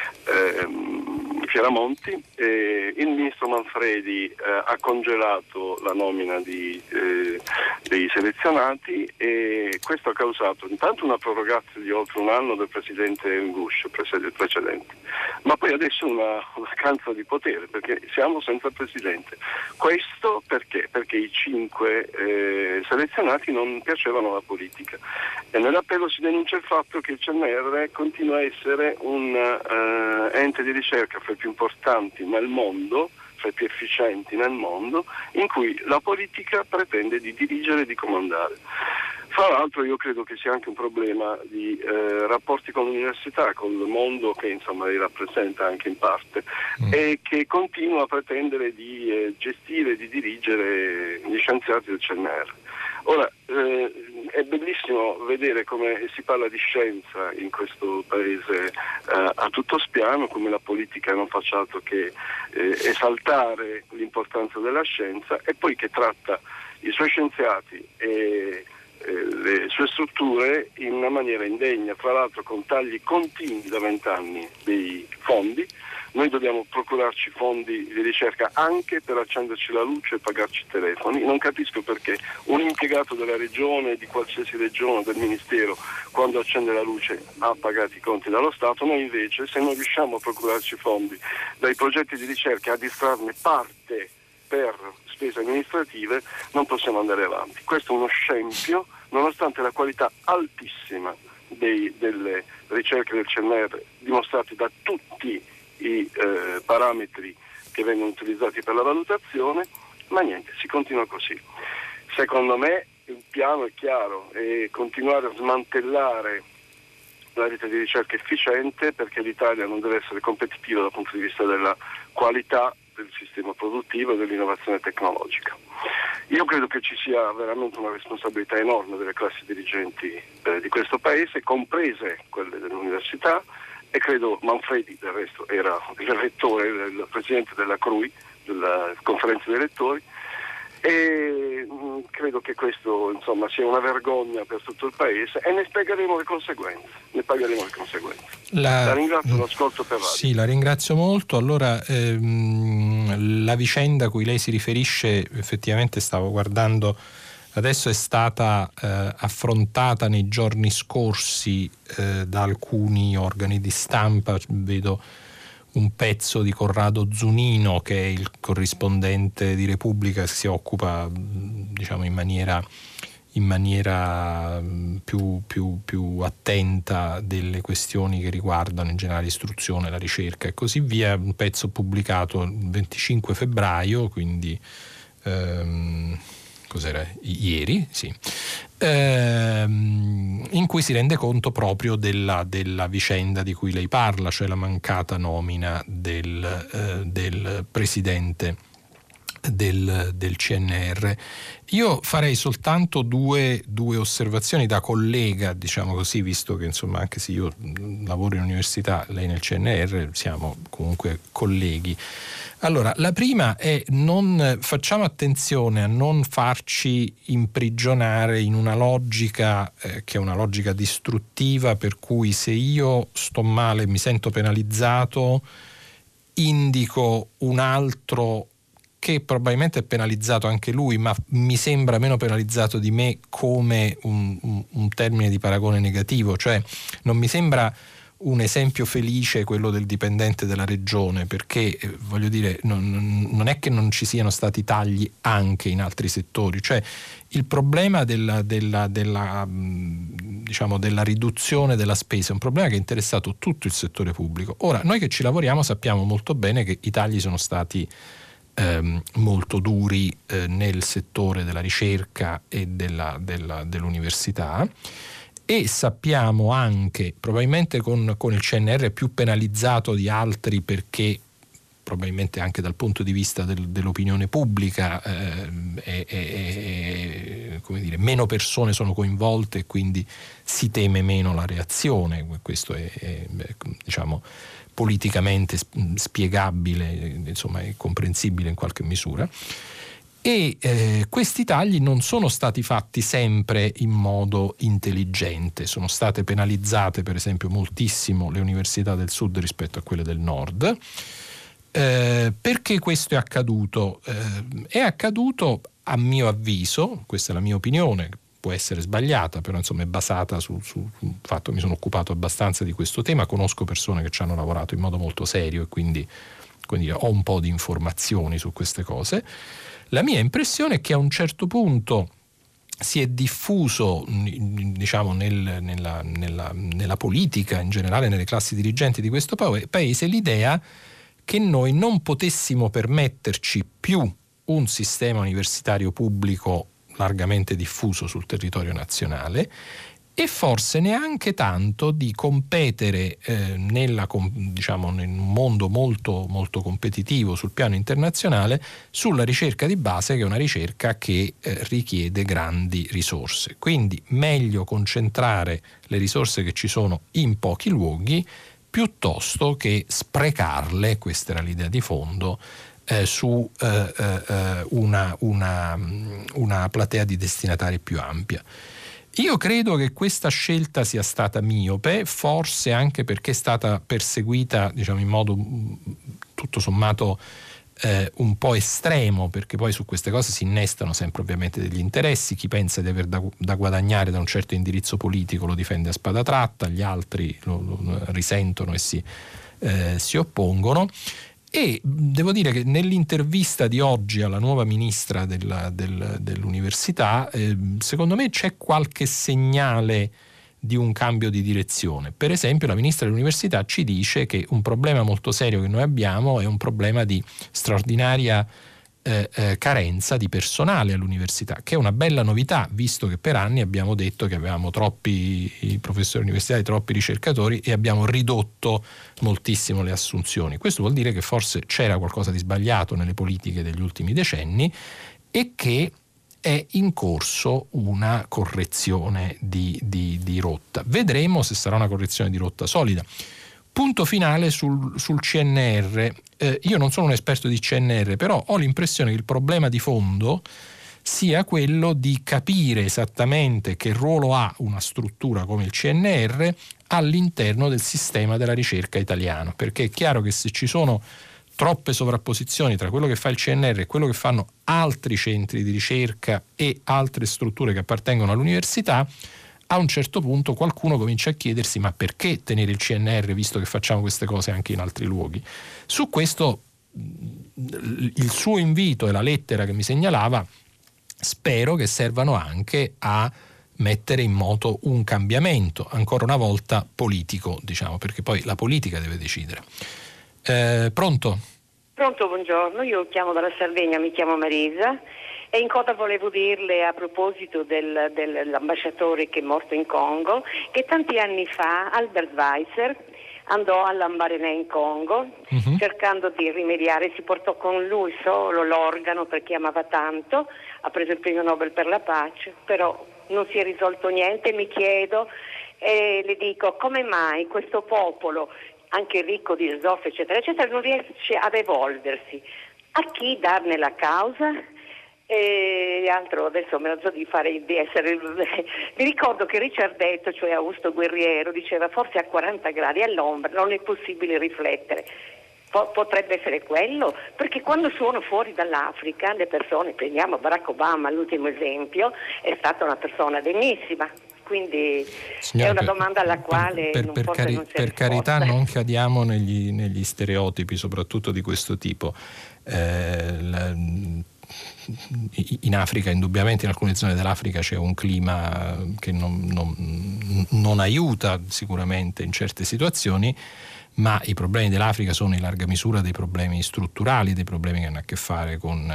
Fioramonti. Il ministro Manfredi ha congelato la nomina dei selezionati, e questo ha causato intanto una prorogazione di oltre un anno del presidente Bush precedente, ma poi adesso una vacanza di potere, perché siamo senza presidente. Questo perché? Perché i 5 selezionati non piacevano alla politica, e nell'appello si denuncia il fatto che il CNR continua a essere un ente di ricerca fra i più importanti nel mondo, fra i più efficienti nel mondo, in cui la politica pretende di dirigere e di comandare. Fra l'altro io credo che sia anche un problema di rapporti con l'università, con il mondo che insomma li rappresenta anche in parte, e che continua a pretendere di gestire e di dirigere gli scienziati del CNR. Ora, è bellissimo vedere come si parla di scienza in questo paese a tutto spiano, come la politica non faccia altro che esaltare l'importanza della scienza, e poi che tratta i suoi scienziati e le sue strutture in una maniera indegna, fra l'altro con tagli continui da 20 anni dei fondi. Noi dobbiamo procurarci fondi di ricerca anche per accenderci la luce e pagarci i telefoni. Non capisco perché un impiegato della regione, di qualsiasi regione, del ministero, quando accende la luce ha pagato i conti dallo Stato. Noi invece, se non riusciamo a procurarci fondi dai progetti di ricerca e a distrarne parte per spese amministrative, non possiamo andare avanti. Questo è uno scempio, nonostante la qualità altissima delle ricerche del CNR dimostrate da tutti i parametri che vengono utilizzati per la valutazione, ma niente, si continua così. Secondo me il piano è chiaro, è continuare a smantellare la rete di ricerca efficiente, perché l'Italia non deve essere competitiva dal punto di vista della qualità del sistema produttivo e dell'innovazione tecnologica. Io credo che ci sia veramente una responsabilità enorme delle classi dirigenti di questo Paese, comprese quelle dell'università, e credo Manfredi, del resto, era il rettore, il presidente della CRUI, della conferenza dei rettori, e credo che questo insomma sia una vergogna per tutto il Paese, e ne pagheremo le conseguenze. La ringrazio, l'ascolto per radio. Sì, la ringrazio molto. Allora, la vicenda a cui lei si riferisce, effettivamente stavo guardando adesso è stata affrontata nei giorni scorsi da alcuni organi di stampa. Vedo un pezzo di Corrado Zunino, che è il corrispondente di Repubblica, che si occupa, diciamo, in maniera più attenta delle questioni che riguardano in generale l'istruzione, la ricerca e così via. Un pezzo pubblicato il 25 febbraio, quindi cos'era? Ieri, sì, in cui si rende conto proprio della vicenda di cui lei parla, cioè la mancata nomina del presidente del CNR. Io farei soltanto due osservazioni da collega, diciamo così, visto che insomma, anche se io lavoro in università, lei nel CNR, siamo comunque colleghi. Allora, la prima è: facciamo attenzione a non farci imprigionare in una logica che è una logica distruttiva, per cui se io sto male e mi sento penalizzato, indico un altro che probabilmente è penalizzato anche lui, ma mi sembra meno penalizzato di me, come un termine di paragone negativo. Cioè, non mi sembra un esempio felice quello del dipendente della regione, perché voglio dire, non è che non ci siano stati tagli anche in altri settori. Cioè, il problema della riduzione della spesa è un problema che ha interessato tutto il settore pubblico. Ora, noi che ci lavoriamo sappiamo molto bene che i tagli sono stati molto duri nel settore della ricerca e dell'università, e sappiamo anche, probabilmente con il CNR più penalizzato di altri, perché probabilmente anche dal punto di vista dell'opinione pubblica come dire, meno persone sono coinvolte e quindi si teme meno la reazione. Questo è diciamo politicamente spiegabile, insomma è comprensibile in qualche misura. E questi tagli non sono stati fatti sempre in modo intelligente. Sono state penalizzate, per esempio, moltissimo le università del sud rispetto a quelle del nord. Perché questo è accaduto? È accaduto, a mio avviso, questa è la mia opinione, può essere sbagliata, però insomma è basata sul fatto che mi sono occupato abbastanza di questo tema, conosco persone che ci hanno lavorato in modo molto serio e quindi ho un po' di informazioni su queste cose. La mia impressione è che a un certo punto si è diffuso, diciamo, nella politica, in generale nelle classi dirigenti di questo paese, l'idea che noi non potessimo permetterci più un sistema universitario pubblico largamente diffuso sul territorio nazionale, e forse neanche tanto di competere nel mondo molto, molto competitivo sul piano internazionale sulla ricerca di base, che è una ricerca che richiede grandi risorse. Quindi meglio concentrare le risorse che ci sono in pochi luoghi piuttosto che sprecarle, questa era l'idea di fondo, su una platea di destinatari più ampia. Io credo che questa scelta sia stata miope, forse anche perché è stata perseguita, diciamo, in modo tutto sommato un po' estremo, perché poi su queste cose si innestano sempre ovviamente degli interessi. Chi pensa di aver da guadagnare da un certo indirizzo politico lo difende a spada tratta, gli altri lo risentono e si oppongono. E devo dire che nell'intervista di oggi alla nuova ministra dell'università, secondo me c'è qualche segnale di un cambio di direzione. Per esempio, la ministra dell'università ci dice che un problema molto serio che noi abbiamo è un problema di straordinaria carenza di personale all'università, che è una bella novità, visto che per anni abbiamo detto che avevamo troppi professori universitari, troppi ricercatori, e abbiamo ridotto moltissimo le assunzioni. Questo vuol dire che forse c'era qualcosa di sbagliato nelle politiche degli ultimi decenni e che è in corso una correzione di rotta. Vedremo se sarà una correzione di rotta solida. Punto finale sul CNR. Io non sono un esperto di CNR, però ho l'impressione che il problema di fondo sia quello di capire esattamente che ruolo ha una struttura come il CNR all'interno del sistema della ricerca italiano, perché è chiaro che se ci sono troppe sovrapposizioni tra quello che fa il CNR e quello che fanno altri centri di ricerca e altre strutture che appartengono all'università, a un certo punto qualcuno comincia a chiedersi: ma perché tenere il CNR visto che facciamo queste cose anche in altri luoghi? Su questo il suo invito e la lettera che mi segnalava spero che servano anche a mettere in moto un cambiamento, ancora una volta politico, diciamo, perché poi la politica deve decidere. Pronto? Pronto, buongiorno, io chiamo dalla Sardegna, mi chiamo Marisa e in coda volevo dirle a proposito dell'ambasciatore che è morto in Congo, che tanti anni fa Albert Schweitzer andò all'Ambaréné in Congo cercando di rimediare, si portò con lui solo l'organo perché amava tanto, ha preso il premio Nobel per la pace, però non si è risolto niente. Mi chiedo e le dico: come mai questo popolo, anche ricco di zoffe eccetera eccetera, non riesce ad evolversi? A chi darne la causa? E altro adesso me la so di essere. Mi ricordo che Richard Detto, cioè Augusto Guerriero, diceva: forse a 40 gradi all'ombra non è possibile riflettere. Potrebbe essere quello, perché quando sono fuori dall'Africa le persone, prendiamo Barack Obama, l'ultimo esempio, è stata una persona degnissima. Quindi signora, è una domanda alla quale non c'è per carità non cadiamo negli stereotipi, soprattutto di questo tipo. In Africa, indubbiamente in alcune zone dell'Africa c'è un clima che non aiuta sicuramente in certe situazioni, ma i problemi dell'Africa sono in larga misura dei problemi strutturali, dei problemi che hanno a che fare con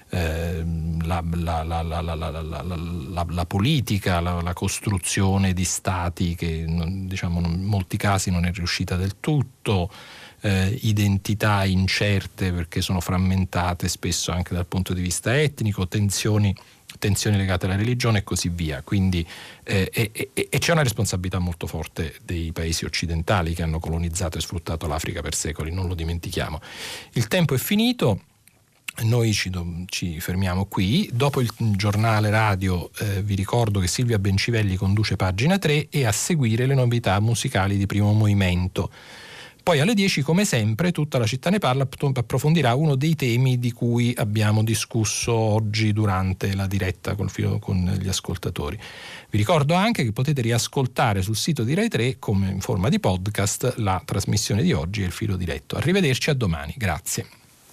la politica, la costruzione di stati che diciamo in molti casi non è riuscita del tutto, identità incerte perché sono frammentate spesso anche dal punto di vista etnico, tensioni legate alla religione e così via. Quindi c'è una responsabilità molto forte dei paesi occidentali che hanno colonizzato e sfruttato l'Africa per secoli, non lo dimentichiamo. Il tempo è finito, noi ci fermiamo qui. Dopo il giornale radio vi ricordo che Silvia Bencivelli conduce Pagina 3 e a seguire le novità musicali di Primo Movimento. Poi alle 10, come sempre, Tutta la città ne parla approfondirà uno dei temi di cui abbiamo discusso oggi durante la diretta con gli ascoltatori. Vi ricordo anche che potete riascoltare sul sito di Rai 3 come in forma di podcast la trasmissione di oggi e il filo diretto. Arrivederci, a domani. Grazie.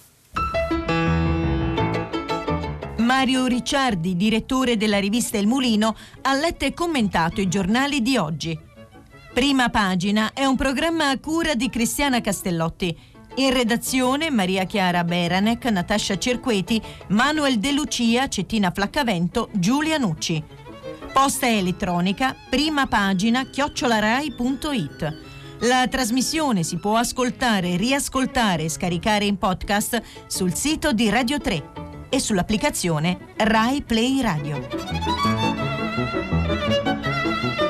Mario Ricciardi, direttore della rivista Il Mulino, ha letto e commentato i giornali di oggi. Prima Pagina è un programma a cura di Cristiana Castellotti. In redazione Maria Chiara Beranec, Natascia Cerqueti, Manuel De Lucia, Cettina Flaccavento, Giulia Nucci. Posta elettronica primapagina@rai.it. La trasmissione si può ascoltare, riascoltare e scaricare in podcast sul sito di Radio 3 e sull'applicazione Rai Play Radio.